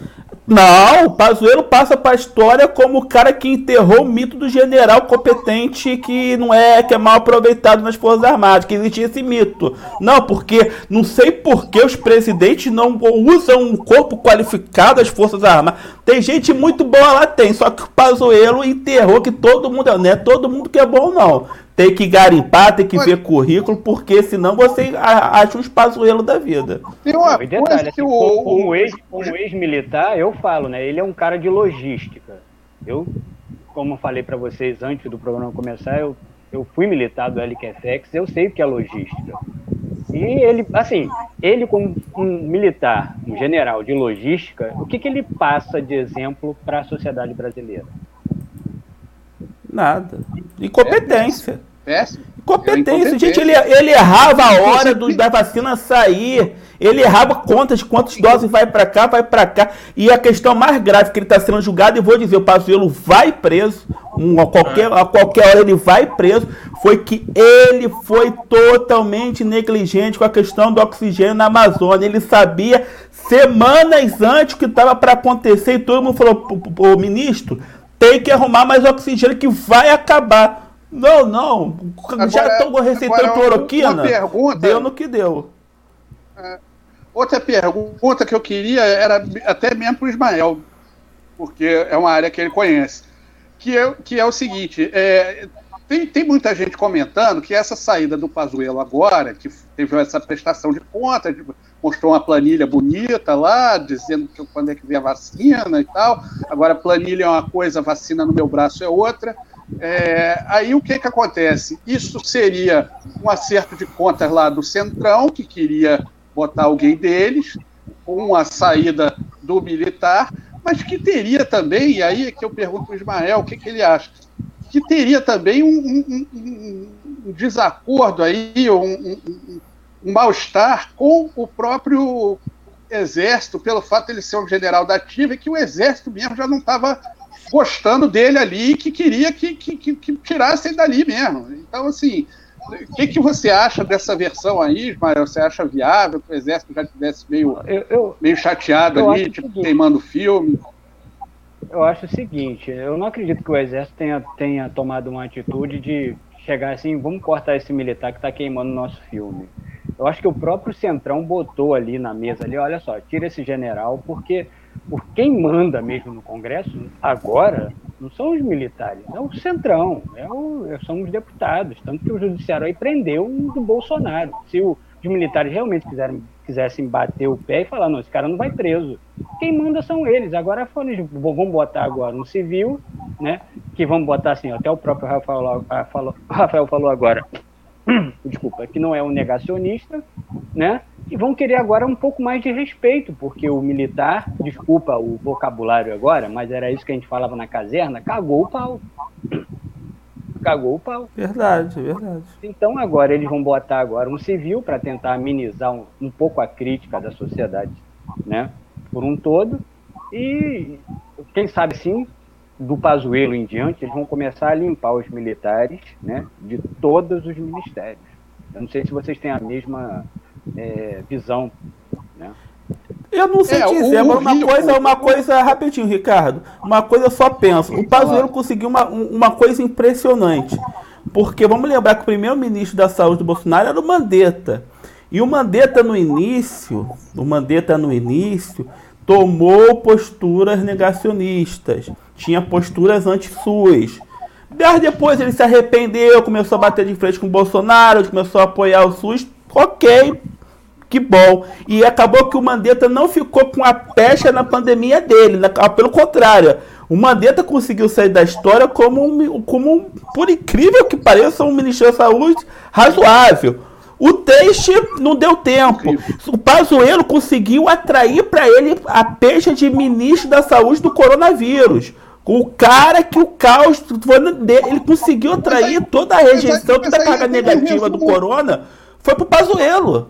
Não, o Pazuello passa para a história como o cara que enterrou o mito do general competente que não é, que é mal aproveitado nas Forças Armadas, que existia esse mito. Não, porque não sei por que os presidentes não usam um corpo qualificado das Forças Armadas. Tem gente muito boa lá, tem, só que o Pazuello enterrou que todo mundo, não é todo mundo que é bom, não. Tem que garimpar, tem que ver currículo, porque senão você acha uns Pazuello da vida. Tem uma coisa detalhe, que o... Como ex, como ex-militar, eu falo, né? Ele é um cara de logística. Eu, como falei para vocês antes do programa começar, eu, eu fui militar do L Q F X, eu sei o que é logística. E ele, assim, ele como um militar, um general de logística, o que, que ele passa de exemplo para a sociedade brasileira? Nada. Incompetência. Péssimo. Incompetência. Gente, ele, ele errava a hora do, da vacina sair. Ele errava contas, quantas doses vai para cá, vai para cá. E a questão mais grave que ele está sendo julgado, e vou dizer, o Pazuello vai preso, um, a, qualquer, a qualquer hora ele vai preso, foi que ele foi totalmente negligente com a questão do oxigênio na Amazônia. Ele sabia semanas antes o que estava para acontecer e todo mundo falou, o ministro, tem que arrumar mais oxigênio que vai acabar. Não, não. Agora, já estão receitando cloroquina. Pergunta, deu no que deu. É, outra pergunta que eu queria era até mesmo para o Ismael, porque é uma área que ele conhece, que é, que é o seguinte, é, tem, tem muita gente comentando que essa saída do Pazuello agora, que teve essa prestação de contas, mostrou uma planilha bonita lá, dizendo que quando é que vem a vacina e tal, agora a planilha é uma coisa, a vacina no meu braço é outra. É, aí o que que acontece? Isso seria um acerto de contas lá do Centrão, que queria botar alguém deles, com a saída do militar, mas que teria também, e aí é que eu pergunto para o Ismael o que, que ele acha, que teria também um, um, um, um desacordo aí, um, um, um mal-estar com o próprio Exército, pelo fato de ele ser um general da ativa, e que o Exército mesmo já não estava gostando dele ali, que queria que, que, que, que tirasse ele dali mesmo. Então, assim, o que, que você acha dessa versão aí, Ismael? Você acha viável que o Exército já estivesse meio, eu, eu, meio chateado eu ali, tipo, queimando o filme? Eu acho o seguinte, eu não acredito que o Exército tenha, tenha tomado uma atitude de chegar assim, vamos cortar esse militar que está queimando o nosso filme. Eu acho que o próprio Centrão botou ali na mesa, ali, olha só, tira esse general, porque por quem manda mesmo no Congresso, agora, não são os militares, é o Centrão, é o, são os deputados, tanto que o Judiciário aí prendeu o do Bolsonaro. Se o, os militares realmente quiserem, quisessem bater o pé e falar, não, esse cara não vai preso, quem manda são eles. Agora vamos botar agora um civil, né, que vamos botar assim, até o próprio Rafael falou, Rafael falou agora, desculpa, que não é um negacionista, né? E vão querer agora um pouco mais de respeito, porque o militar, desculpa o vocabulário agora, mas era isso que a gente falava na caserna, cagou o pau. Cagou o pau. Verdade, verdade. Então agora eles vão botar agora um civil para tentar amenizar um, um pouco a crítica da sociedade, né? Por um todo. E quem sabe sim, do Pazuello em diante, eles vão começar a limpar os militares, né, de todos os ministérios. Eu não sei se vocês têm a mesma é, visão, né? Eu não sei é, dizer, mas uma Rio, coisa, uma coisa, rapidinho, Ricardo, uma coisa eu só penso, o Pazuello conseguiu uma, uma coisa impressionante, porque vamos lembrar que o primeiro ministro da saúde do Bolsonaro era o Mandetta, e o Mandetta no início, o Mandetta no início, tomou posturas negacionistas, tinha posturas anti-SUS. Depois ele se arrependeu, começou a bater de frente com o Bolsonaro, começou a apoiar o SUS, ok, que bom. E acabou que o Mandetta não ficou com a pecha na pandemia dele, pelo contrário, o Mandetta conseguiu sair da história como, um, como um, por incrível que pareça, um ministro da saúde razoável. O Teixe não deu tempo. O Pazuello conseguiu atrair para ele a pecha de ministro da saúde do coronavírus. O cara que o caos, ele conseguiu atrair toda a rejeição, toda a carga negativa do corona, foi pro Pazuello.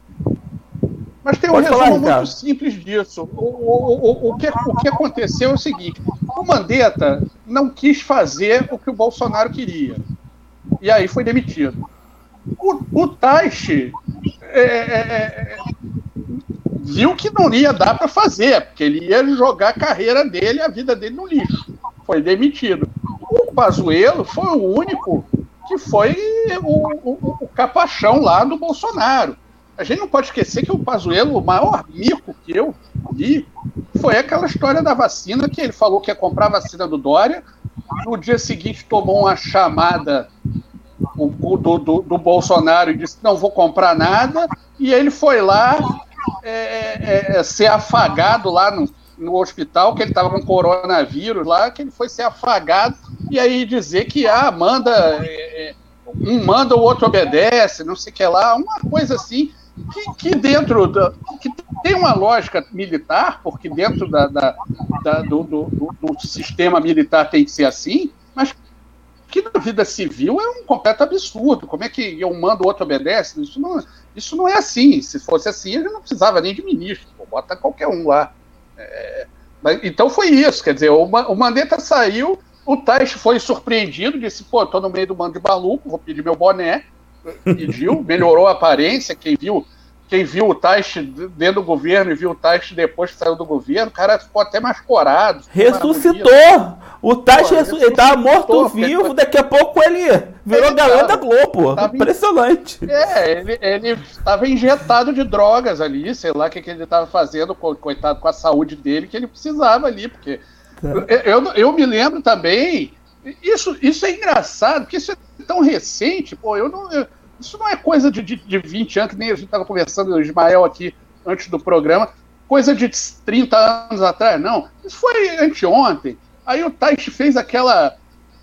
Mas tem um Pode resumo falar, muito cara. simples disso. O, o, o, o, que, o que aconteceu é o seguinte, o Mandetta não quis fazer o que o Bolsonaro queria. E aí foi demitido. O, o Taishi é, é, viu que não ia dar para fazer, porque ele ia jogar a carreira dele, a vida dele no lixo. Foi demitido. O Pazuello foi o único que foi o, o, o capachão lá do Bolsonaro. A gente não pode esquecer que o Pazuello, o maior mico que eu vi, foi aquela história da vacina, que ele falou que ia comprar a vacina do Dória, no dia seguinte tomou uma chamada do, do, do Bolsonaro e disse, não vou comprar nada, e ele foi lá é, é, é, ser afagado lá no, no hospital, que ele estava com coronavírus lá, que ele foi ser afagado, e aí dizer que ah, manda, é, um manda, o outro obedece, não sei o que lá, uma coisa assim, que, que dentro da, que tem uma lógica militar, porque dentro da, da, da, do, do, do sistema militar tem que ser assim, mas que na vida civil é um completo absurdo. Como é que um manda, o outro obedece? Isso não, isso não é assim. Se fosse assim, ele não precisava nem de ministro. Pô, bota qualquer um lá. É, mas, então foi isso. Quer dizer, o, o Mandetta saiu, o Taish foi surpreendido, disse, pô, tô no meio do bando de maluco, vou pedir meu boné. Pediu, melhorou a aparência. Quem viu, quem viu o Taish dentro do governo e viu o Taish depois que saiu do governo, o cara ficou até mais corado. Ressuscitou! O Taish estava morto-vivo, daqui a pouco ele virou ele galã da Globo. Impressionante. In... É, ele estava injetado de drogas ali, sei lá o que, que ele estava fazendo, coitado, com a saúde dele, que ele precisava ali, porque... Tá. Eu, eu, eu me lembro também... Isso, isso é engraçado, porque isso é tão recente, pô, eu não... Eu, isso não é coisa de, de, de vinte anos, que nem a gente estava conversando, o Ismael aqui, antes do programa, coisa de trinta anos atrás, não. Isso foi anteontem. Aí o Taish fez aquela,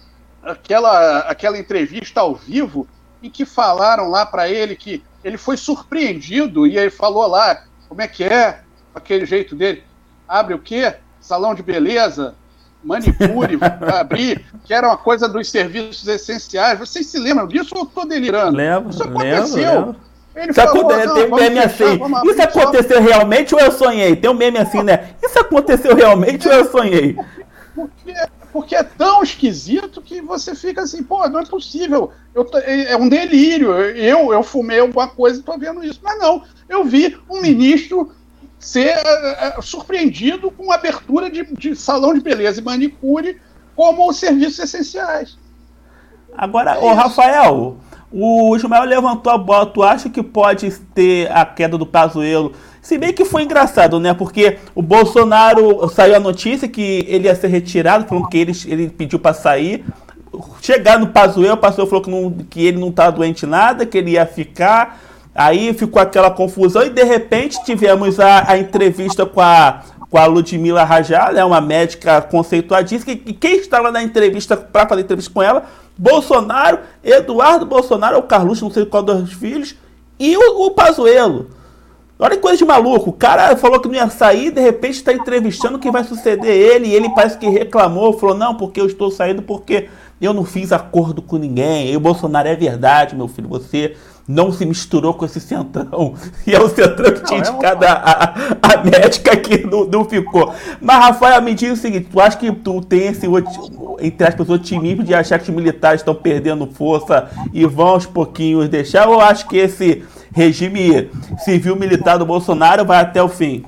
aquela, aquela entrevista ao vivo em que falaram lá para ele que ele foi surpreendido e ele falou lá, como é que é, aquele jeito dele, abre o quê? Salão de beleza, manicure, abrir, que era uma coisa dos serviços essenciais. Vocês se lembram disso ou eu estou delirando? Lembro, Isso aconteceu. Lembro, lembro. Ele Isso falou, aconteceu, tem um meme assim. Vamos, isso aconteceu só... realmente ou eu sonhei? Tem um meme assim, né? Isso aconteceu realmente ou eu sonhei? Porque, porque é tão esquisito que você fica assim, pô, não é possível. Eu tô, é um delírio. Eu, eu fumei alguma coisa e estou vendo isso. Mas não, eu vi um ministro ser uh, surpreendido com a abertura de, de salão de beleza e manicure como serviços essenciais. Agora, é ô Rafael, o Ismael levantou a bola. Tu acha que pode ter a queda do Pazuello? Se bem que foi engraçado, né? Porque o Bolsonaro, saiu a notícia que ele ia ser retirado, falando que ele, ele pediu para sair. Chegar no Pazuello, o Pazuello falou que, não, que ele não estava doente nada, que ele ia ficar. Aí ficou aquela confusão e de repente tivemos a, a entrevista com a, com a Ludmila Rajá, né, uma médica conceituadíssima, e quem estava na entrevista, para fazer entrevista com ela, Bolsonaro, Eduardo Bolsonaro, o Carluxo, não sei qual dos filhos, e o, o Pazuello. Olha que coisa de maluco, o cara falou que não ia sair, de repente está entrevistando quem vai suceder ele, e ele parece que reclamou, falou, não, porque eu estou saindo porque eu não fiz acordo com ninguém, e o Bolsonaro é verdade, meu filho, você não se misturou com esse centrão, e é o centrão que tinha indicado a, a, a médica que não, não ficou. Mas, Rafael, me diz o seguinte, tu acha que tu tem esse, entre aspas, otimismo de achar que os militares estão perdendo força e vão aos pouquinhos deixar, ou acho que esse regime civil-militar do Bolsonaro vai até o fim?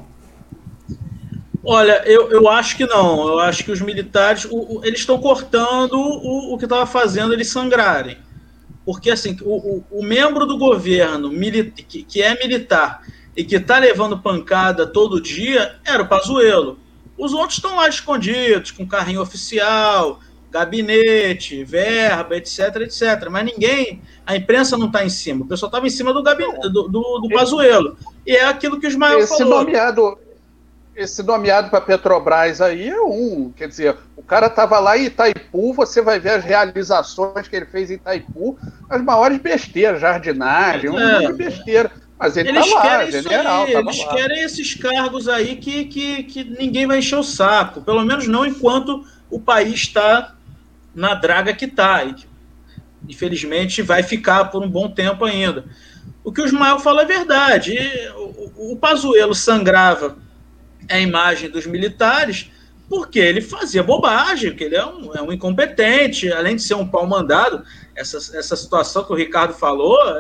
Olha, eu, eu acho que não. Eu acho que os militares, o, o, eles estão cortando o, o que estava fazendo eles sangrarem. Porque, assim, o, o, o membro do governo milita, que, que é militar e que está levando pancada todo dia era o Pazuello. Os outros estão lá escondidos, com carrinho oficial, gabinete, verba, etc, etcétera. Mas ninguém, a imprensa não está em cima. O pessoal estava em cima do, gabinete, do, do, do Pazuello. E é aquilo que o Ismael esse falou. Nomeado, esse nomeado para Petrobras aí é um, quer dizer, o cara estava lá em Itaipu, você vai ver as realizações que ele fez em Itaipu, as maiores besteiras, jardinagem, é. um monte de besteira. Mas ele está lá, general. Aí, eles lá. querem esses cargos aí que, que, que ninguém vai encher o saco, pelo menos não enquanto o país está na draga que está. E, infelizmente, vai ficar por um bom tempo ainda. O que o Ismael fala é verdade. O, o Pazuello sangrava a imagem dos militares porque ele fazia bobagem, porque ele é um, é um incompetente, além de ser um pau mandado. Essa, essa situação que o Ricardo falou, é,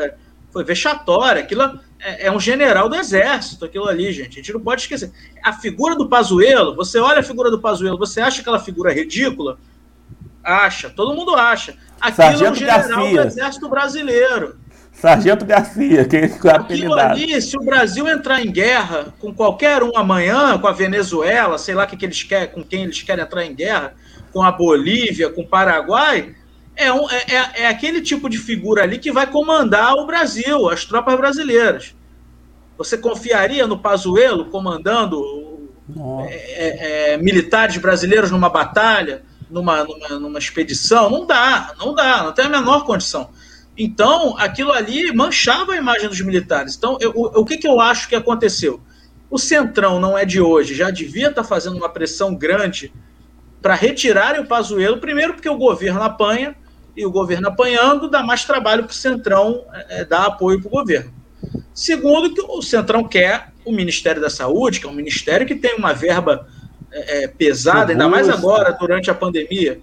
foi vexatória. Aquilo é, é um general do exército, aquilo ali, gente. A gente não pode esquecer. A figura do Pazuello, você olha a figura do Pazuello, você acha aquela figura ridícula? Acha, todo mundo acha. Aquilo Sargento é um general Garcia. do exército brasileiro. Sargento Garcia, que é Aquilo ali, se o Brasil entrar em guerra com qualquer um amanhã, com a Venezuela, sei lá que que eles querem, com quem eles querem entrar em guerra, com a Bolívia, com o Paraguai, é, um, é, é aquele tipo de figura ali que vai comandar o Brasil, as tropas brasileiras. Você confiaria no Pazuello comandando é, é, militares brasileiros numa batalha, numa, numa, numa expedição? Não dá, não dá, não tem a menor condição. Então, aquilo ali manchava a imagem dos militares. Então, eu, o, o que, que eu acho que aconteceu? O Centrão não é de hoje, já devia estar fazendo uma pressão grande para retirarem o Pazuello, primeiro porque o governo apanha, e o governo apanhando dá mais trabalho para o Centrão é, dar apoio para o governo. Segundo, que o Centrão quer o Ministério da Saúde, que é um ministério que tem uma verba é, pesada, ainda mais agora, durante a pandemia.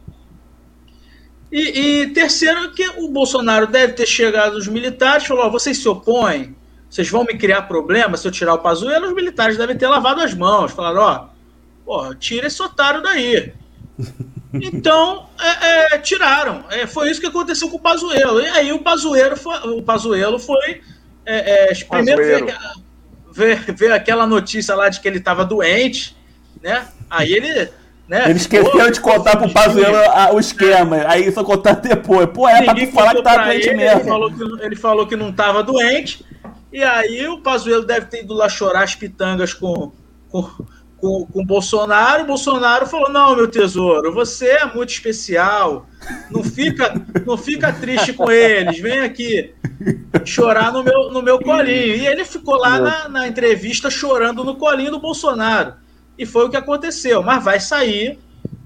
E, e terceiro, que o Bolsonaro deve ter chegado aos militares e falou: oh, vocês se opõem, vocês vão me criar problema se eu tirar o Pazuello. Os militares devem ter lavado as mãos, falaram: ó, oh, tira esse otário daí. Então, é, é, tiraram. É, foi isso que aconteceu com o Pazuello. E aí o Pazuello foi, o Pazuello foi é, é, primeiro ver, ver, ver aquela notícia lá de que ele estava doente, né? Aí ele... Né? Ele esqueceu de contar pro Pazuello o esquema, aí só contar depois. Pô, é pra tu falar que tá doente ele, mesmo. Ele falou, que, ele falou que não tava doente, e aí o Pazuello deve ter ido lá chorar as pitangas com, com, com, com o Bolsonaro. O Bolsonaro falou: não, meu tesouro, você é muito especial, não fica, não fica triste com eles, vem aqui chorar no meu, no meu colinho. E ele ficou lá na, na entrevista chorando no colinho do Bolsonaro. E foi o que aconteceu, mas vai sair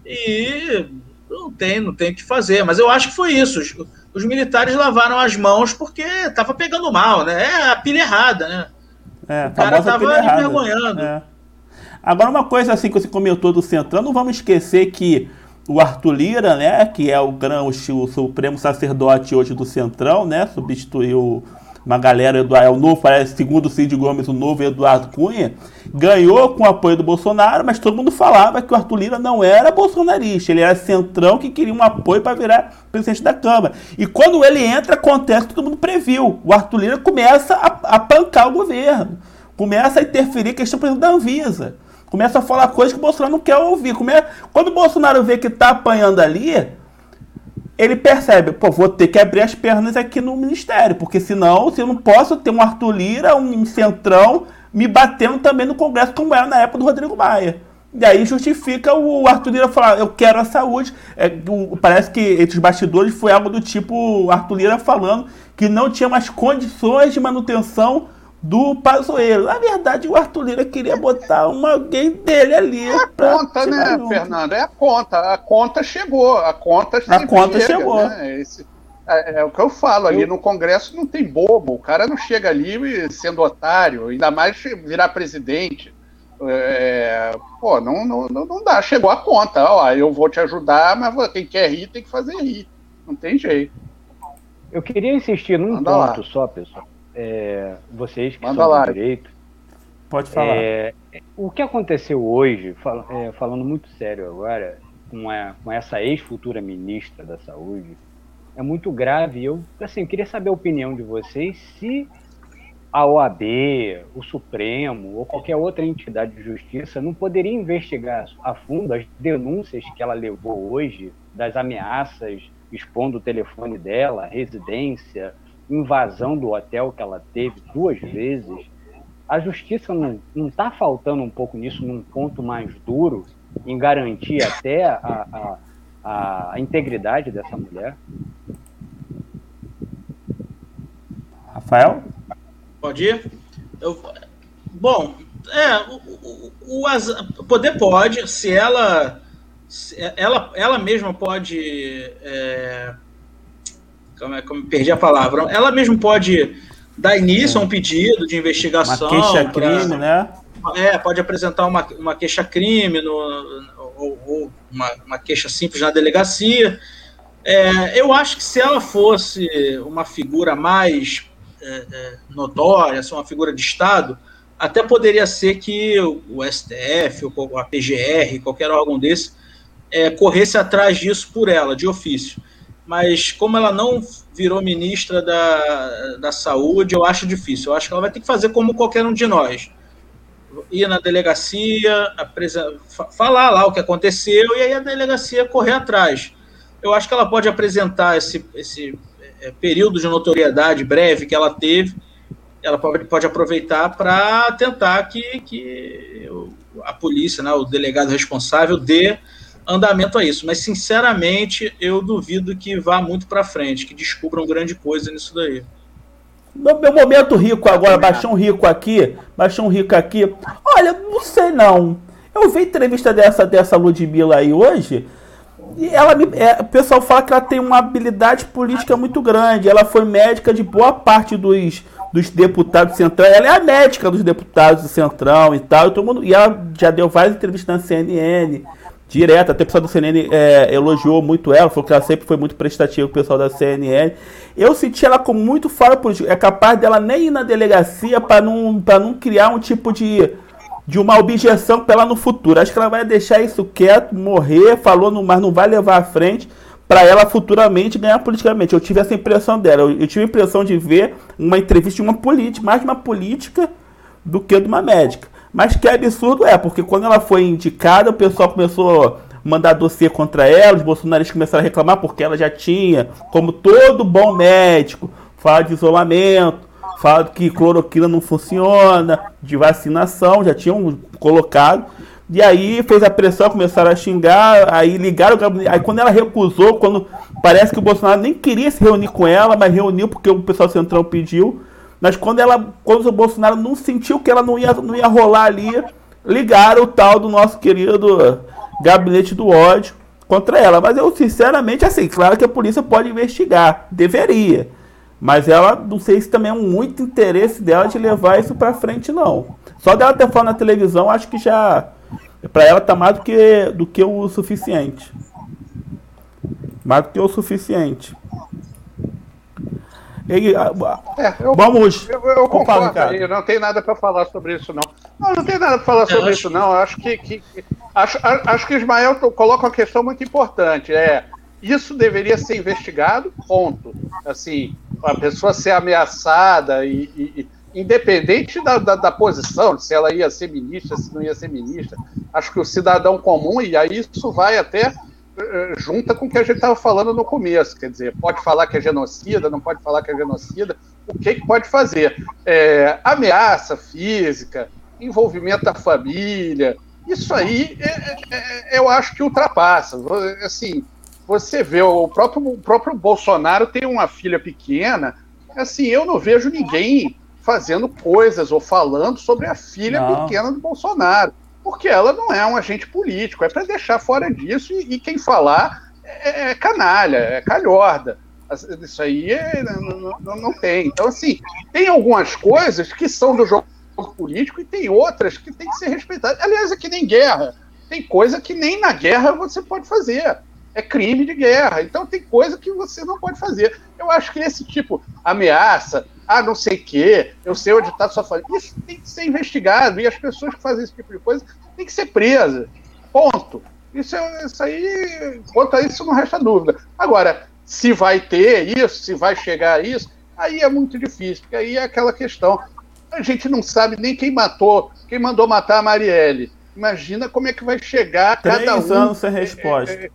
e não tem, não tem o que fazer. Mas eu acho que foi isso. Os, os militares lavaram as mãos porque estava pegando mal, né? É a pilha errada, né? É, o cara estava envergonhando. É. Agora, uma coisa assim que você comentou do Centrão, não vamos esquecer que o Arthur Lira, né, que é o, grão, o supremo sacerdote hoje do Centrão, né, substituiu uma galera, é o novo, parece, segundo o Cid Gomes, o novo Eduardo Cunha, ganhou com o apoio do Bolsonaro, mas todo mundo falava que o Arthur Lira não era bolsonarista, ele era Centrão que queria um apoio para virar presidente da Câmara. E quando ele entra, acontece o que todo mundo previu. O Arthur Lira começa a, a pancar o governo, começa a interferir em questão, por exemplo, da Anvisa, começa a falar coisas que o Bolsonaro não quer ouvir. Come... Quando o Bolsonaro vê que está apanhando ali, ele percebe: pô, vou ter que abrir as pernas aqui no ministério, porque senão eu não posso ter um Arthur Lira, um Centrão, me batendo também no Congresso, como era na época do Rodrigo Maia. E aí justifica o Arthur Lira falar: eu quero a saúde. É, o, parece que entre os bastidores foi algo do tipo o Arthur Lira falando que não tinha mais condições de manutenção do Pazuello. Na verdade, o Arthur Lira queria botar uma alguém dele ali. É a conta, né, junto. Fernando? É a conta. A conta chegou. A conta A conta chega, chegou. Né? Esse, é, é o que eu falo. Ali eu... no Congresso não tem bobo. O cara não chega ali sendo otário. Ainda mais virar presidente. É, pô, não, não, não dá. Chegou a conta. Ó, eu vou te ajudar, mas quem quer rir tem que fazer rir. Não tem jeito. Eu queria insistir num Manda ponto lá. só, pessoal. É, vocês que Manda são lá. do direito. Pode falar. É, o que aconteceu hoje, fal, é, falando muito sério agora, com, a, com essa ex-futura ministra da Saúde, é muito grave. Eu, assim, queria saber a opinião de vocês se a O A B, o Supremo ou qualquer outra entidade de justiça não poderia investigar a fundo as denúncias que ela levou hoje, das ameaças expondo o telefone dela, a residência, invasão do hotel que ela teve duas vezes. A justiça não está faltando um pouco nisso, num ponto mais duro, em garantir até a, a, a, a integridade dessa mulher? Rafael? Pode ir? Eu, bom, é, o, o, o poder pode, se ela, se ela, ela mesma pode... É, Como é que eu perdi a palavra? Ela mesmo pode dar início é. a um pedido de investigação. Uma queixa-crime, né? É, pode apresentar uma, uma queixa-crime no, ou, ou uma, uma queixa simples na delegacia. É, eu acho que se ela fosse uma figura mais é, é, notória, ser uma figura de Estado, até poderia ser que o S T F, ou a P G R, qualquer órgão desse, é, corresse atrás disso por ela, de ofício. Mas como ela não virou ministra da, da Saúde, eu acho difícil. Eu acho que ela vai ter que fazer como qualquer um de nós. Ir na delegacia, falar lá o que aconteceu, e aí a delegacia correr atrás. Eu acho que ela pode apresentar esse, esse é, período de notoriedade breve que ela teve, ela pode, pode aproveitar para tentar que, que a polícia, né, o delegado responsável, dê andamento a isso. Mas, sinceramente, eu duvido que vá muito para frente, que descubram grande coisa nisso daí. No meu momento rico agora, baixou um rico aqui, baixou um rico aqui. Olha, não sei não. Eu vi entrevista dessa, dessa Ludmilla aí hoje, e ela me, é, o pessoal fala que ela tem uma habilidade política muito grande. Ela foi médica de boa parte dos, dos deputados do Centrão. Ela é a médica dos deputados do Centrão e tal. E, todo mundo, e ela já deu várias entrevistas na C N N, direto. Até o pessoal da C N N é, elogiou muito ela, falou que ela sempre foi muito prestativa com o pessoal da C N N. Eu senti ela como muito fora político. É capaz dela nem ir na delegacia para não, para não criar um tipo de... de uma objeção para ela no futuro. Acho que ela vai deixar isso quieto, morrer, falou, no, mas não vai levar à frente para ela futuramente ganhar politicamente. Eu tive essa impressão dela. Eu, eu tive a impressão de ver uma entrevista de uma política, mais de uma política do que de uma médica. Mas que absurdo é, porque quando ela foi indicada, o pessoal começou a mandar dossiê contra ela, os bolsonaristas começaram a reclamar porque ela já tinha, como todo bom médico, fala de isolamento, fala que cloroquina não funciona, de vacinação, já tinham colocado. E aí fez a pressão, começaram a xingar, aí ligaram o gabinete. Aí quando ela recusou, quando parece que o Bolsonaro nem queria se reunir com ela, mas reuniu porque o pessoal central pediu. Mas quando, ela, quando o Bolsonaro não sentiu que ela não ia, não ia rolar ali, ligaram o tal do nosso querido gabinete do ódio contra ela. Mas eu, sinceramente, assim, claro que a polícia pode investigar, deveria. Mas ela, não sei se também é muito interesse dela de levar isso pra frente, não. Só dela ter falado na televisão, acho que já, pra ela tá mais do que, do que o suficiente. Mais do que o suficiente. E, é, eu, vamos. Eu, eu concordo, eu não tenho nada para falar sobre isso, não. Não, não tem nada para falar sobre isso, não. Eu acho que, que, que acho, acho que o Ismael coloca uma questão muito importante. É, isso deveria ser investigado, ponto. Assim, a pessoa ser ameaçada, e, e, e independente da, da, da posição, se ela ia ser ministra, se não ia ser ministra, acho que o cidadão comum, e aí isso vai até uh, junta com o que a gente estava falando no começo, quer dizer, pode falar que é genocida, não pode falar que é genocida, o que, que pode fazer? É, ameaça física, envolvimento da família, isso aí é, é, eu acho que ultrapassa, assim. Você vê, o próprio, o próprio Bolsonaro tem uma filha pequena, assim, eu não vejo ninguém fazendo coisas ou falando sobre a filha não. pequena do Bolsonaro, porque ela não é um agente político, é para deixar fora disso, e, e quem falar é, é canalha, é calhorda. Isso aí é, não, não, não tem. Então, assim, tem algumas coisas que são do jogo político e tem outras que tem que ser respeitadas. Aliás, é que nem guerra. Tem coisa que nem na guerra você pode fazer. É crime de guerra, então tem coisa que você não pode fazer. Eu acho que esse tipo, ameaça, ah, não sei o quê, eu sei onde está sua família, isso tem que ser investigado, e as pessoas que fazem esse tipo de coisa têm que ser presas, ponto. Isso, é, isso aí, quanto a isso não resta dúvida. Agora, se vai ter isso, se vai chegar a isso, aí é muito difícil, porque aí é aquela questão, a gente não sabe nem quem matou, quem mandou matar a Marielle. Imagina como é que vai chegar Três cada um... Três anos sem resposta. É, é,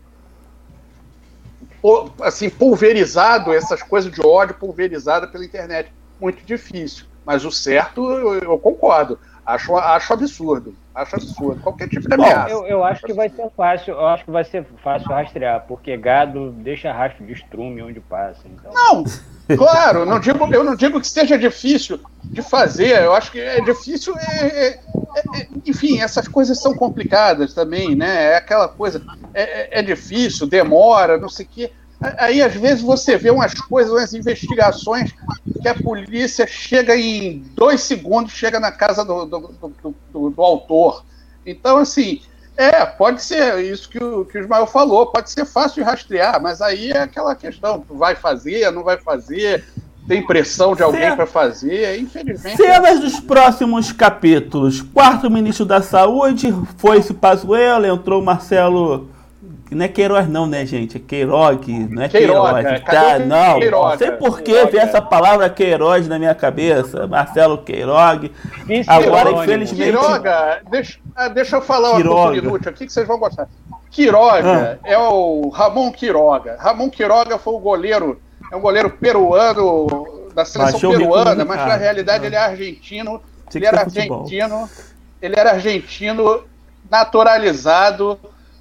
assim, pulverizado, essas coisas de ódio pulverizada pela internet. Muito difícil. Mas o certo, eu, eu concordo. Acho, acho absurdo. Acho absurdo. Qualquer tipo de ameaça. Eu, eu acho que vai ser fácil. Eu acho que vai ser fácil rastrear, porque gado deixa rastro de estrume onde passa. Então... Não, claro, não digo, eu não digo que seja difícil de fazer. Eu acho que é difícil. É, é, é, enfim, essas coisas são complicadas também, né? É aquela coisa. É, é difícil, demora, não sei o quê. Aí, às vezes, você vê umas coisas, umas investigações que a polícia chega em dois segundos, chega na casa do, do, do, do, do autor. Então, assim, é, pode ser isso que o, que o Ismael falou, pode ser fácil de rastrear, mas aí é aquela questão, vai fazer, não vai fazer, tem pressão de alguém para fazer, infelizmente. Cenas dos próximos capítulos. Quarto ministro da Saúde, foi-se Pazuello, entrou Marcelo... Não é Queiroz não, né, gente? É Queiroz, não é Queiroga, Queiroz. Tá, não, Queiroga, não sei por que veio essa palavra Queiroz na minha cabeça. Marcelo Queiroz. Agora, infelizmente... Queiroga, deixa, deixa eu falar Quiroga. uma coisa inútil aqui que vocês vão gostar. Quiroga ah. é o Ramon Quiroga. Ramon Quiroga foi o goleiro, é um goleiro peruano, da seleção Baixou peruana, mas na realidade ah. ele é argentino. Tinha ele era argentino, ele era argentino naturalizado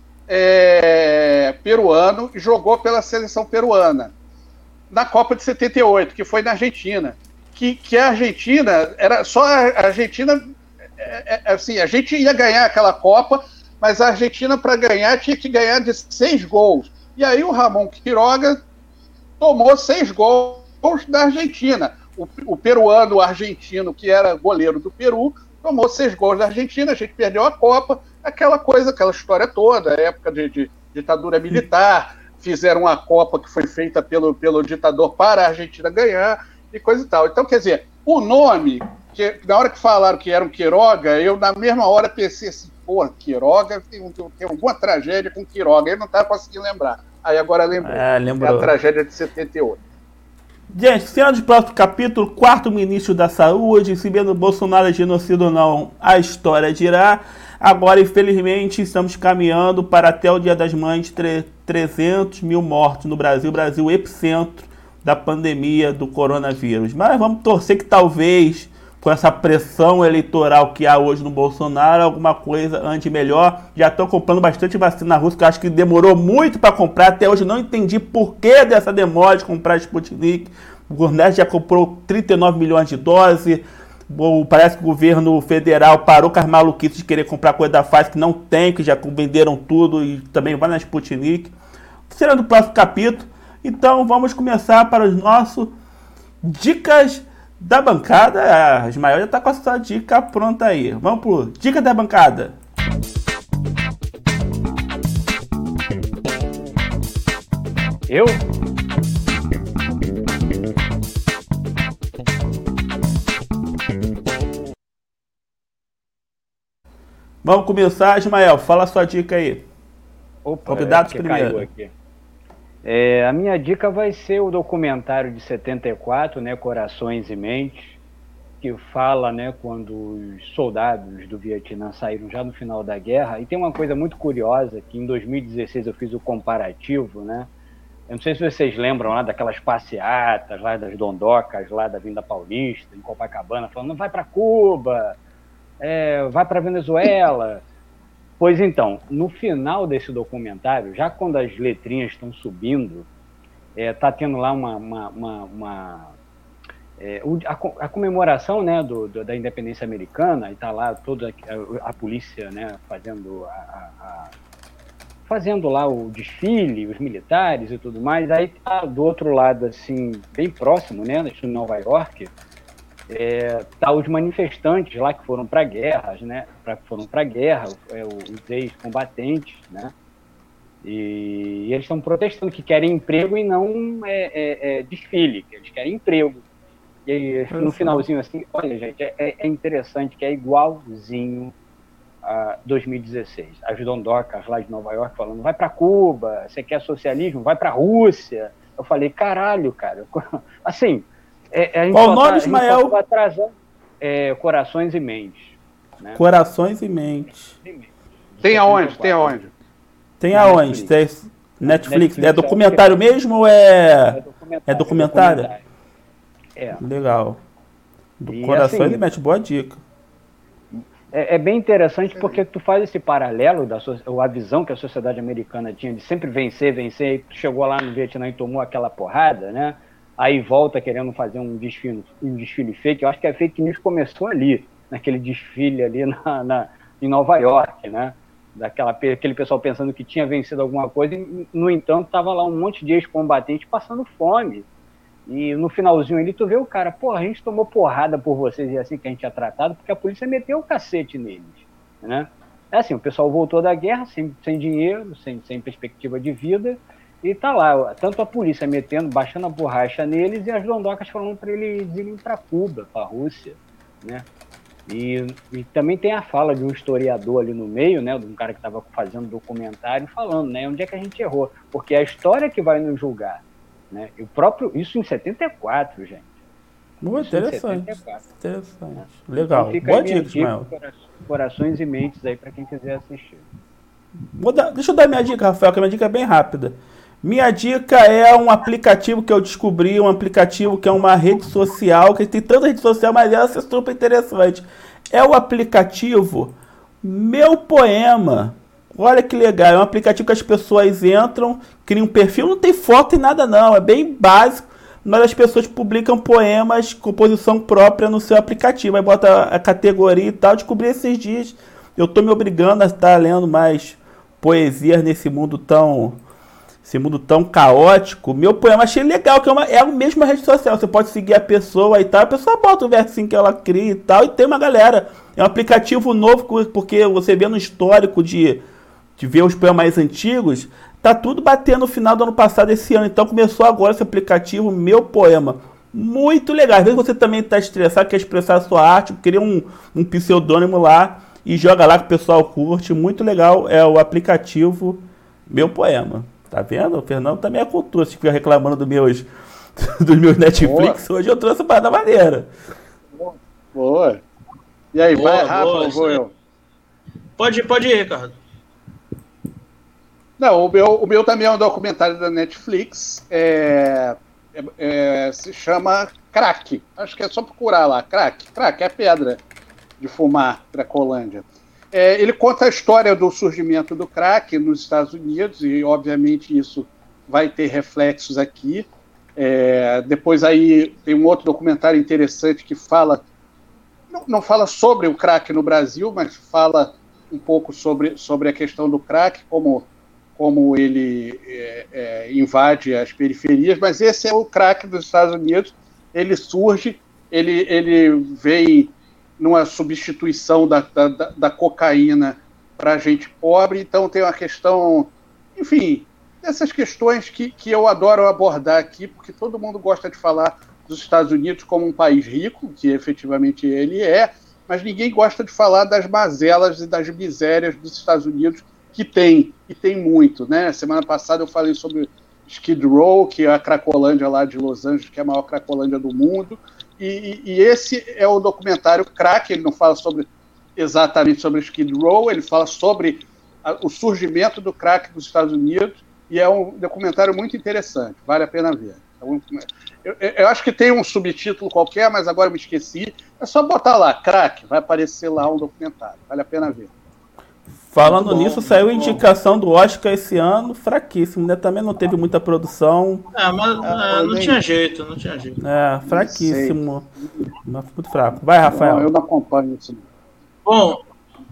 é, peruano e jogou pela seleção peruana na Copa de setenta e oito, que foi na Argentina. Que, que a Argentina, era só a Argentina, é, é, assim, a gente ia ganhar aquela Copa, mas a Argentina, para ganhar, tinha que ganhar de seis gols. E aí o Ramon Quiroga tomou seis gols da Argentina. O, o peruano, o argentino, que era goleiro do Peru, tomou seis gols da Argentina, a gente perdeu a Copa, aquela coisa, aquela história toda, época de, de ditadura militar, fizeram uma Copa que foi feita pelo, pelo ditador para a Argentina ganhar, e coisa e tal. Então, quer dizer, o nome, que, na hora que falaram que era um Quiroga, eu na mesma hora pensei assim, pô, Quiroga, tem, tem alguma tragédia com Quiroga, eu não estava conseguindo lembrar. Aí agora lembrei, é, é a tragédia de setenta e oito. Gente, cena do próximo capítulo, quarto ministro da Saúde, se vendo Bolsonaro é genocida ou não, a história dirá. Agora, infelizmente, estamos caminhando para até o Dia das Mães, trezentos mil mortos no Brasil, Brasil epicentro da pandemia do coronavírus. Mas vamos torcer que talvez, com essa pressão eleitoral que há hoje no Bolsonaro, alguma coisa ande melhor. Já estão comprando bastante vacina russa, que eu acho que demorou muito para comprar. Até hoje não entendi por que dessa demora de comprar Sputnik. O Gurnest já comprou trinta e nove milhões de doses. Parece que o governo federal parou com as maluquices de querer comprar coisa da Pfizer que não tem, que já venderam tudo e também vai na Sputnik. Será no próximo capítulo. Então vamos começar para os nossos dicas da bancada. A Ismael já está com a sua dica pronta aí. Vamos pro Dica da Bancada. Eu? Vamos começar, Ismael. Fala a sua dica aí. Opa, convidados é primeiro. Aqui. É, a minha dica vai ser o documentário de setenta e quatro, né, Corações e Mentes, que fala, né, quando os soldados do Vietnã saíram já no final da guerra. E tem uma coisa muito curiosa, que em dois mil e dezesseis eu fiz o comparativo, né? Eu não sei se vocês lembram lá daquelas passeatas lá das dondocas lá da Vinda Paulista, em Copacabana, falando, vai para Cuba, é, vai para Venezuela. Pois então, no final desse documentário, já quando as letrinhas estão subindo, está é, tendo lá uma... uma, uma, uma é, a, a comemoração, né, do, do, da independência americana, e está lá toda a, a polícia, né, fazendo, a, a, a, fazendo lá o desfile, os militares e tudo mais. Aí tá do outro lado, assim, bem próximo, né, de Nova York, É, tá os manifestantes lá que foram para guerras, né? Pra, foram para guerra, é, os ex-combatentes, né? E, e eles estão protestando que querem emprego e não é, é, é desfile, que eles querem emprego. E aí, no finalzinho assim, olha, gente, é, é interessante que é igualzinho a dois mil e dezesseis. As dondocas lá de Nova York falando, vai para Cuba, você quer socialismo? Vai para Rússia. Eu falei, caralho, cara, assim. É, a gente Qual o nome, tá, Ismael? Atrasando, é, Corações e Mentes. Né? Corações e Mentes. Tem aonde? Tem aonde? Tem aonde? Netflix. Tem Netflix. Netflix. É documentário é mesmo ou é... É documentário? É documentário? É. Legal. Do e, Corações assim, e Mentes, boa dica. É, é bem interessante porque tu faz esse paralelo da a visão que a sociedade americana tinha de sempre vencer, vencer, e tu chegou lá no Vietnã e tomou aquela porrada, né? Aí volta querendo fazer um desfile, um desfile fake. Eu acho que a fake news começou ali, naquele desfile ali na, na, em Nova York, né? Daquela, aquele pessoal pensando que tinha vencido alguma coisa, e, no entanto, tava lá um monte de ex-combatentes passando fome. E no finalzinho ali, tu vê o cara, porra, a gente tomou porrada por vocês e é assim que a gente é tratado, porque a polícia meteu o cacete neles, né? É assim, o pessoal voltou da guerra sem, sem dinheiro, sem, sem perspectiva de vida, E tá lá, tanto a polícia metendo, baixando a borracha neles e as dondocas falando para eles irem para Cuba, para a Rússia, né? E, e também tem a fala de um historiador ali no meio, né, de um cara que estava fazendo documentário, falando, né, onde é que a gente errou, porque é a história que vai nos julgar, né? E o próprio, isso em setenta e quatro, gente. Muito interessante. Interessante. Né? Legal. Então Boa dica, Ismael. Corações e mentes aí para quem quiser assistir. Vou dar, deixa eu dar minha dica, Rafael, que a minha dica é bem rápida. Minha dica é um aplicativo que eu descobri, um aplicativo que é uma rede social, que tem tanta rede social, mas essa é super interessante. É o aplicativo Meu Poema. Olha que legal, é um aplicativo que as pessoas entram, criam um perfil, não tem foto e nada não, é bem básico, mas as pessoas publicam poemas, composição própria no seu aplicativo, aí bota a categoria e tal. Descobri esses dias, eu tô me obrigando a estar lendo mais poesias nesse mundo tão... Esse mundo tão caótico. Meu poema achei legal, que é, uma, é a mesma rede social. Você pode seguir a pessoa e tal. A pessoa bota o versinho que ela cria e tal. E tem uma galera. É um aplicativo novo, porque você vê no histórico de, de ver os poemas mais antigos. Tá tudo batendo no final do ano passado, esse ano. Então começou agora esse aplicativo Meu Poema. Muito legal. Às vezes você também está estressado, quer expressar a sua arte. Cria um, um pseudônimo lá e joga lá que o pessoal curte. Muito legal. É o aplicativo Meu Poema. Tá vendo? O Fernando também é cultura. Se fica reclamando dos meus, dos meus Netflix, boa. Hoje eu trouxe para da maneira. Boa. E aí, boa, vai, Rafa, boa, ou vou eu? Pode, pode ir, Ricardo. Não, o meu, o meu também é um documentário da Netflix. É, é, é, se chama Crack. Acho que é só procurar lá. Crack. Crack é pedra de fumar, Cracolândia. É, ele conta a história do surgimento do crack nos Estados Unidos e, obviamente, isso vai ter reflexos aqui. É, depois aí tem um outro documentário interessante que fala, não, não fala sobre o crack no Brasil, mas fala um pouco sobre, sobre a questão do crack, como, como ele é, é, invade as periferias, mas esse é o crack dos Estados Unidos. Ele surge, ele, ele vem... numa substituição da, da, da cocaína para gente pobre, então tem uma questão, enfim, dessas questões que, que eu adoro abordar aqui, porque todo mundo gosta de falar dos Estados Unidos como um país rico, que efetivamente ele é, mas ninguém gosta de falar das mazelas e das misérias dos Estados Unidos, que tem, e tem muito, né? Semana passada eu falei sobre Skid Row, que é a Cracolândia lá de Los Angeles, que é a maior Cracolândia do mundo. E, e esse é o documentário Crack. Ele não fala sobre, exatamente sobre Skid Row, ele fala sobre a, o surgimento do crack nos Estados Unidos, e é um documentário muito interessante, vale a pena ver. Então, eu, eu acho que tem um subtítulo qualquer, mas agora eu me esqueci. É só botar lá, Crack, vai aparecer lá um documentário, vale a pena ver. Falando bom, nisso, saiu indicação do Oscar esse ano, fraquíssimo, né? Também não teve muita produção. É, mas ah, não tinha jeito, não tinha jeito. É, fraquíssimo. Muito fraco. Vai, Rafael. Não, eu não acompanho isso. Bom,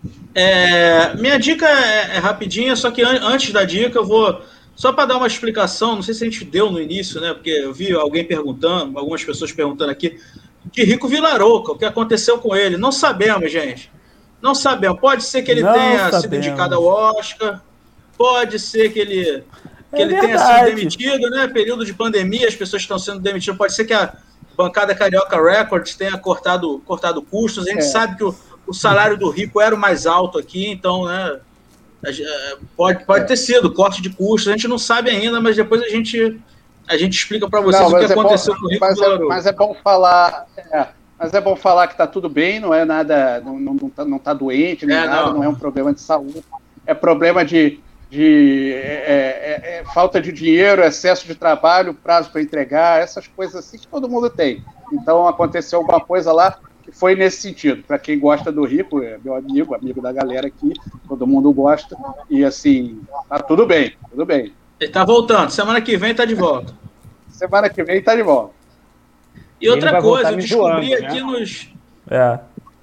é, minha dica é, é rapidinha, só que an antes da dica eu vou... Só para dar uma explicação, não sei se a gente deu no início, né? Porque eu vi alguém perguntando, algumas pessoas perguntando aqui, de Rico Villaroca, o que aconteceu com ele. Não sabemos, gente. Não sabemos. Pode ser que ele não tenha sabemos. sido indicado ao Oscar, pode ser que ele, que é ele tenha sido demitido, né? Período de pandemia, as pessoas estão sendo demitidas. Pode ser que a bancada Carioca Records tenha cortado, cortado custos. A gente é. sabe que o, o salário do Rico era o mais alto aqui, então, né? Pode, pode é. ter sido corte de custos. A gente não sabe ainda, mas depois a gente, a gente explica para vocês não, o que é aconteceu bom, com o Rico. Mas é, mas é bom falar... É. Mas é bom falar que está tudo bem, não é nada, não, não, não, tá, não tá doente, nem é, nada, não. não é um problema de saúde, é problema de, de é, é, é, falta de dinheiro, excesso de trabalho, prazo para entregar, essas coisas assim que todo mundo tem. Então aconteceu alguma coisa lá que foi nesse sentido. Para quem gosta do Rico, é meu amigo, amigo da galera aqui, todo mundo gosta, e assim, tá tudo bem, tudo bem. Ele está voltando, semana que vem está de volta. Semana que vem está de volta. E outra coisa, eu descobri zoando, aqui né? nos... É.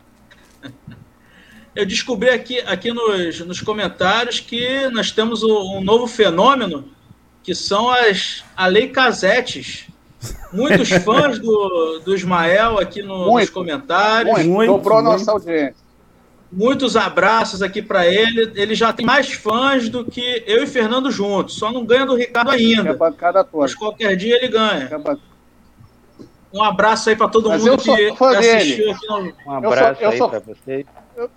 Eu descobri aqui, aqui nos, nos comentários que nós temos um novo fenômeno, que são as Aleicazetes. Muitos fãs do, do Ismael aqui no, muito, nos comentários. Muito, muito, dobrou muito. Nossa audiência. Muitos abraços aqui para ele. Ele já tem mais fãs do que eu e Fernando juntos. Só não ganha do Ricardo ainda. É a bancada toda. Mas qualquer dia ele ganha. É ban... Um abraço aí para todo Mas mundo eu sou que fã assistiu dele. aqui no... Um abraço eu sou, eu aí sou... para vocês. Eu,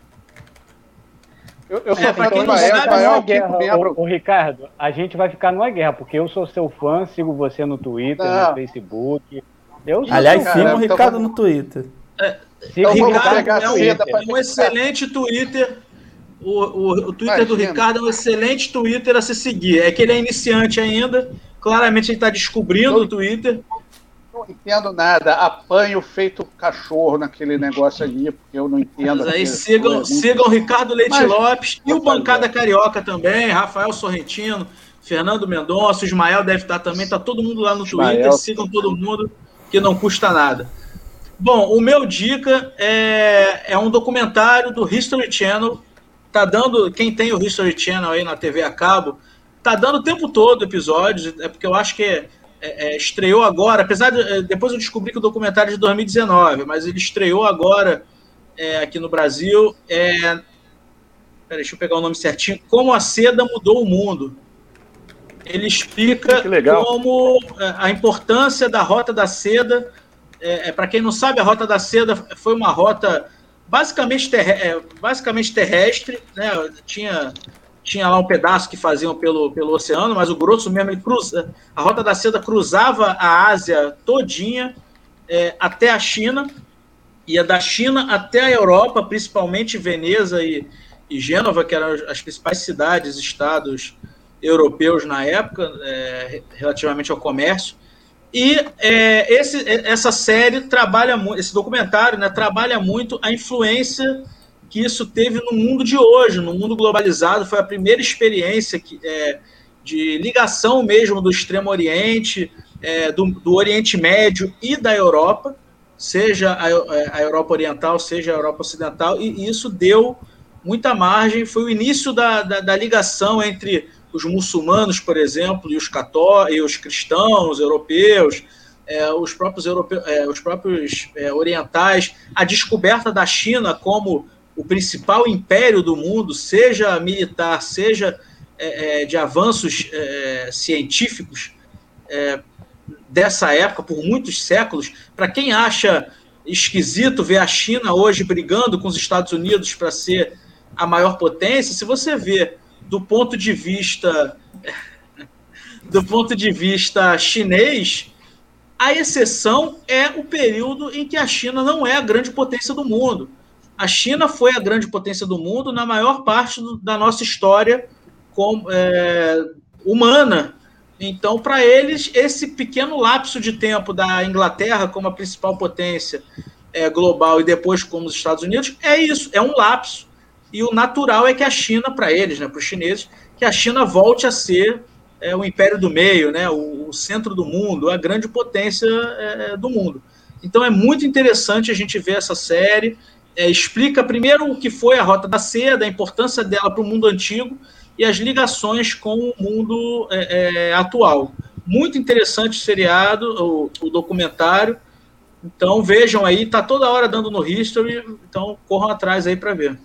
eu, eu sou É, fã quem do não Rafael. sabe, Rafael, Numa que guerra, membro... o, o Ricardo, a gente vai ficar numa guerra, porque eu sou seu fã, sigo você no Twitter, Não. no Facebook. Eu sou Aliás, seu sigam cara, o então Ricardo vamos- no Twitter. Siga o Então vamos Ricardo pegar no a Twitter. seda pra- É um excelente Twitter. O, o, o Twitter do Imagina. Ricardo é um excelente Twitter a se seguir. É que ele é iniciante ainda. Claramente ele está descobrindo Eu- o Twitter. Não entendo nada. Apanho feito cachorro naquele negócio ali, porque eu não entendo. Mas aí aquilo. sigam, É muito- sigam o Ricardo Leite Mas- Lopes e o vou fazer. Bancada Carioca também, Rafael Sorrentino, Fernando Mendonça, o Ismael deve estar também, tá todo mundo lá no Ismael. Twitter, sigam todo mundo, que não custa nada. Bom, o meu dica é, é um documentário do History Channel, tá dando, quem tem o History Channel aí na T V a cabo, tá dando o tempo todo episódios, é porque eu acho que é, é, estreou agora, apesar de, depois eu descobri que o documentário é de dois mil e dezenove, mas ele estreou agora é, aqui no Brasil, é, peraí, deixa eu pegar o nome certinho, Como a Seda Mudou o Mundo. Ele explica Que legal. como é, a importância da Rota da Seda. É, é, para quem não sabe, a Rota da Seda foi uma rota basicamente, terre é, basicamente terrestre, né? Tinha, tinha lá um pedaço que faziam pelo, pelo oceano, mas o grosso mesmo, ele cruza, a Rota da Seda cruzava a Ásia todinha é, até a China, ia da China até a Europa, principalmente Veneza e, e Gênova, que eram as principais cidades, estados europeus na época, é, relativamente ao comércio. E é, esse, essa série trabalha muito, esse documentário, né, trabalha muito a influência que isso teve no mundo de hoje, no mundo globalizado. Foi a primeira experiência que, é, de ligação mesmo do Extremo Oriente, é, do, do Oriente Médio e da Europa, seja a, a Europa Oriental, seja a Europa Ocidental, e isso deu muita margem. Foi o início da, da, da ligação entre os muçulmanos, por exemplo, e os católicos, e os cristãos europeus, é, os próprios, europeus, é, os próprios é, orientais, a descoberta da China como o principal império do mundo, seja militar, seja é, de avanços é, científicos é, dessa época, por muitos séculos. Para quem acha esquisito ver a China hoje brigando com os Estados Unidos para ser a maior potência, se você vê do ponto de vista do ponto de vista chinês, a exceção é o período em que a China não é a grande potência do mundo. A China foi a grande potência do mundo na maior parte do, da nossa história com, é, humana. Então, para eles, esse pequeno lapso de tempo da Inglaterra como a principal potência é, global e depois como os Estados Unidos, é isso, é um lapso. E o natural é que a China, para eles, né, para os chineses, que a China volte a ser é, o império do meio, né, o, o centro do mundo, a grande potência é, do mundo. Então é muito interessante a gente ver essa série, é, explica primeiro o que foi a Rota da Seda, a importância dela para o mundo antigo e as ligações com o mundo é, é, atual. Muito interessante o seriado, o, o documentário. Então vejam aí, está toda hora dando no History, então corram atrás aí para ver.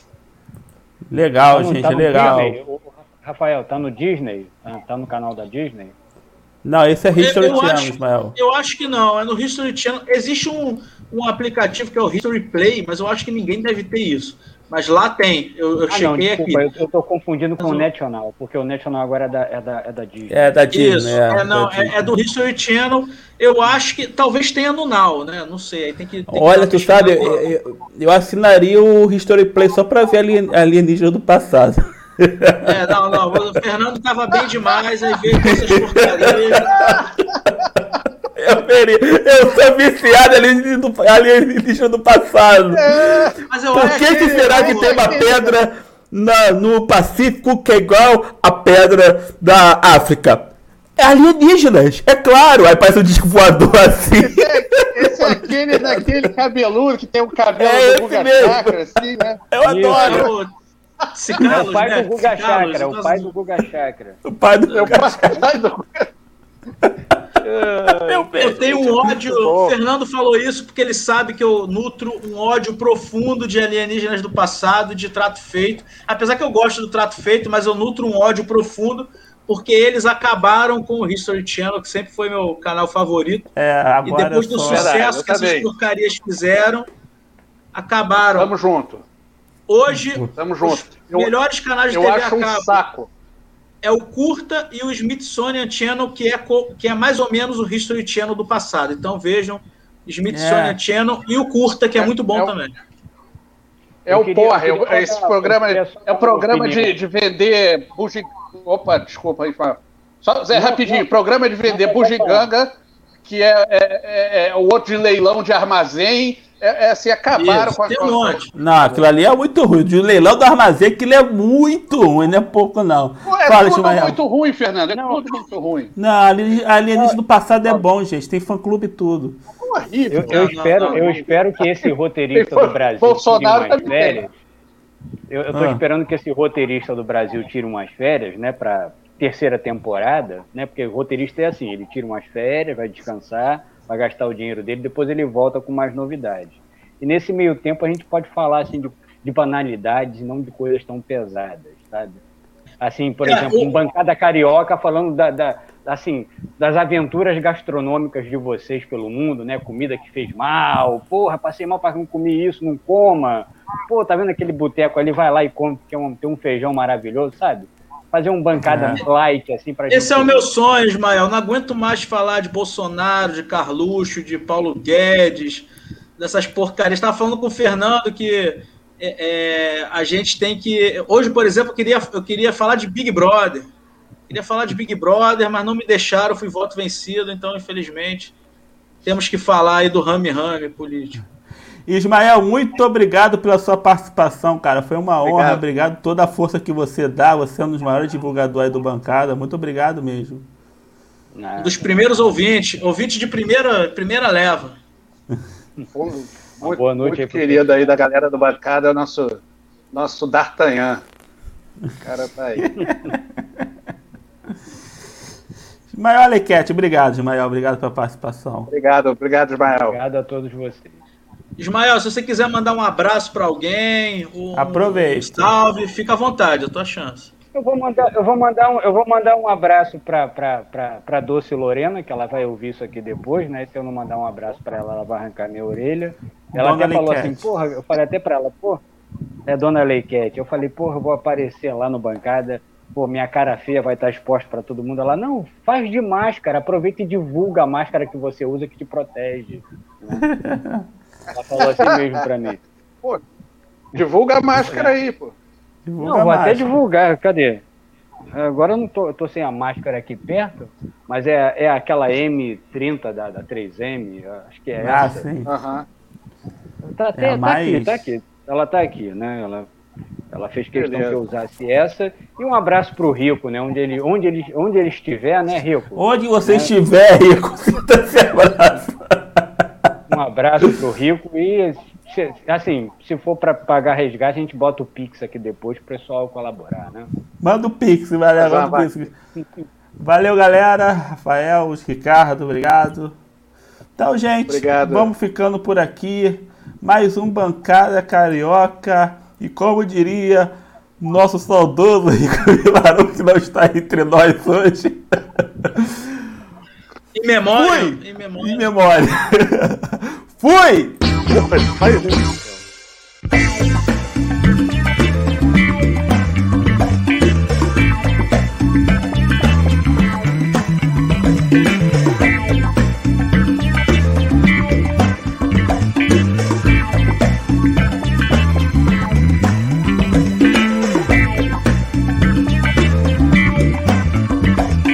Legal, Tá no- gente, tá no legal. Disney? O- o Rafael, tá no Disney? Ah, Tá no canal da Disney? Não, esse é History Eu Channel, acho- Ismael. Eu acho que não, é no History Channel. Existe um, um aplicativo que é o History Play, mas eu acho que ninguém deve ter isso. Mas lá tem, eu, eu Ah, não, chequei desculpa, aqui. eu, eu tô confundindo com Mas o o- National, porque o National agora é da, é da, é da Disney. É da Disney, Isso, é, é, não, da é, Disney. é do History Channel. Eu acho que talvez tenha no Now, né? Não sei, aí tem que. tem que dar Olha, uma tu sabe, pesquisada. eu, eu- eu assinaria o History Play só pra ver alien, alienígena do passado. É, não, não, o Fernando tava bem demais, aí veio com essas porcarias. Eu, veria, eu sou viciado em alienígena do, alienígena do passado. Mas eu Por acho que, que será que tem uma aquele- pedra na- no Pacífico que é igual a pedra da África? É alienígenas, é claro. Aí parece um disco voador assim. Esse é aquele daquele cabeludo que tem o cabelo É do esse Guga mesmo. Chakra, assim, né? Eu Isso. adoro. É o É Cigalos, o pai né? do Guga Cigalos, Chakra, o nós- pai do Guga Chakra. O pai do É o pai do... Eu tenho um ódio, o Fernando falou isso porque ele sabe que eu nutro um ódio profundo de alienígenas do passado, de Trato Feito. Apesar que eu gosto do Trato Feito, mas eu nutro um ódio profundo porque eles acabaram com o History Channel, que sempre foi meu canal favorito. É, agora e depois do só... sucesso Verdade, que essas porcarias fizeram, acabaram. Tamo junto. Hoje, Tamo junto. os melhores canais de eu T V acho a um cabo saco. é o Curta e o Smithsonian Channel, que é, que é mais ou menos o History Channel do passado. Então vejam Smithsonian É. Channel e o Curta, que é, É- muito bom é o- também. É Eu o queria- porra, eu eu- queria esse falar- programa eu queria só é o dar programa uma de, opinião. de vender bugi... Opa, desculpa aí, Fábio. Só Zé, Não, rapidinho, não. programa de vender Não, pode bugiganga, que é, é, é- é o outro de leilão de armazém, é, é assim, acabaram Isso, com a tem um monte. Não, aquilo ali é muito ruim. De leilão do armazém, aquilo é muito ruim, não é pouco, não. Pô, é Fala, tudo Ismael. muito ruim, Fernando, é Não. tudo muito ruim. Não, ali- alienígena do passado é bom, gente. Tem fã-clube e tudo. É horrível. Eu, eu Não, espero, não, eu não. espero que esse roteirista Tem do Brasil Bolsonaro tire umas também tem. férias. Eu, eu tô Ah. esperando que esse roteirista do Brasil tire umas férias, né, para terceira temporada, né? Porque o roteirista é assim, ele tira umas férias, vai descansar, vai gastar o dinheiro dele, depois ele volta com mais novidades. E nesse meio tempo a gente pode falar assim de, de banalidades e não de coisas tão pesadas, sabe? Assim, por É, exemplo, o- um Bancada Carioca falando da, da- assim, das aventuras gastronômicas de vocês pelo mundo, né? Comida que fez mal, porra, passei mal para não comer isso, não coma. Pô, tá vendo aquele boteco ali, vai lá e come, porque é um- tem um feijão maravilhoso, sabe? Fazer um Bancada É. light, assim, pra Esse gente... é o meu sonho, Ismael. Não aguento mais falar de Bolsonaro, de Carluxo, de Paulo Guedes, dessas porcarias. Estava falando com o Fernando que é, é, a gente tem que... Hoje, por exemplo, eu queria, eu queria falar de Big Brother. Queria falar de Big Brother, mas não me deixaram, fui voto vencido, então, infelizmente, temos que falar aí do rame-rame político. Ismael, muito obrigado pela sua participação, cara. Foi uma honra. Obrigado. Obrigado por toda a força que você dá. Você é um dos maiores divulgadores aí do Bancada. Muito obrigado mesmo. Ah, Um dos primeiros ouvintes, ouvinte de primeira, primeira leva. Muito, Uma boa noite aí muito pro querido aí da galera do Bancada, é o nosso, nosso D'Artagnan. O cara tá aí. Ismael Alequete, obrigado, Ismael. Obrigado pela participação. Obrigado, obrigado, Ismael. obrigado a todos vocês. Ismael, se você quiser mandar um abraço para alguém, um Aproveite. salve, fica à vontade, é a tua chance. Eu vou mandar, eu vou mandar, um, eu vou mandar um abraço para para Doce Lorena, que ela vai ouvir isso aqui depois, né? Se eu não mandar um abraço para ela, ela vai arrancar minha orelha. Ela Dona até falou Leiquete. assim, porra, eu falei até para ela, pô, é Dona Leiquete. Eu falei, porra, eu vou aparecer lá no Bancada, pô, minha cara feia vai estar exposta para todo mundo. Ela, não, faz de máscara, aproveita e divulga a máscara que você usa que te protege. Né? Ela falou assim mesmo para mim. Pô, divulga a máscara aí, pô. Divulga Não, vou mais. até divulgar, cadê? Agora eu não tô, eu tô sem a máscara aqui perto, mas é, é aquela M trinta da, da três M, acho que é Ah, essa. sim. Aham. Tá, até, É, tá mas- aqui, tá aqui. Ela tá aqui, né? Ela, ela fez questão Beleza. que eu usasse essa. E um abraço pro Rico, né? Onde ele, onde ele, onde ele estiver, né, Rico? Onde você estiver, Rico, sinta-se abraço. Um abraço pro Rico e, se- assim, se for para pagar resgate, a gente bota o Pix aqui depois pro pessoal colaborar, né? Manda o Pix, valeu. Já Manda o Pix. Valeu, galera. Rafael, Ricardo, obrigado. Então, gente, Obrigado. vamos ficando por aqui. Mais um Bancada Carioca. E como diria nosso saudoso Rico Vilaru, que não está entre nós hoje. Em memória, Fui! em memória. Em memória. Fui! Faz isso.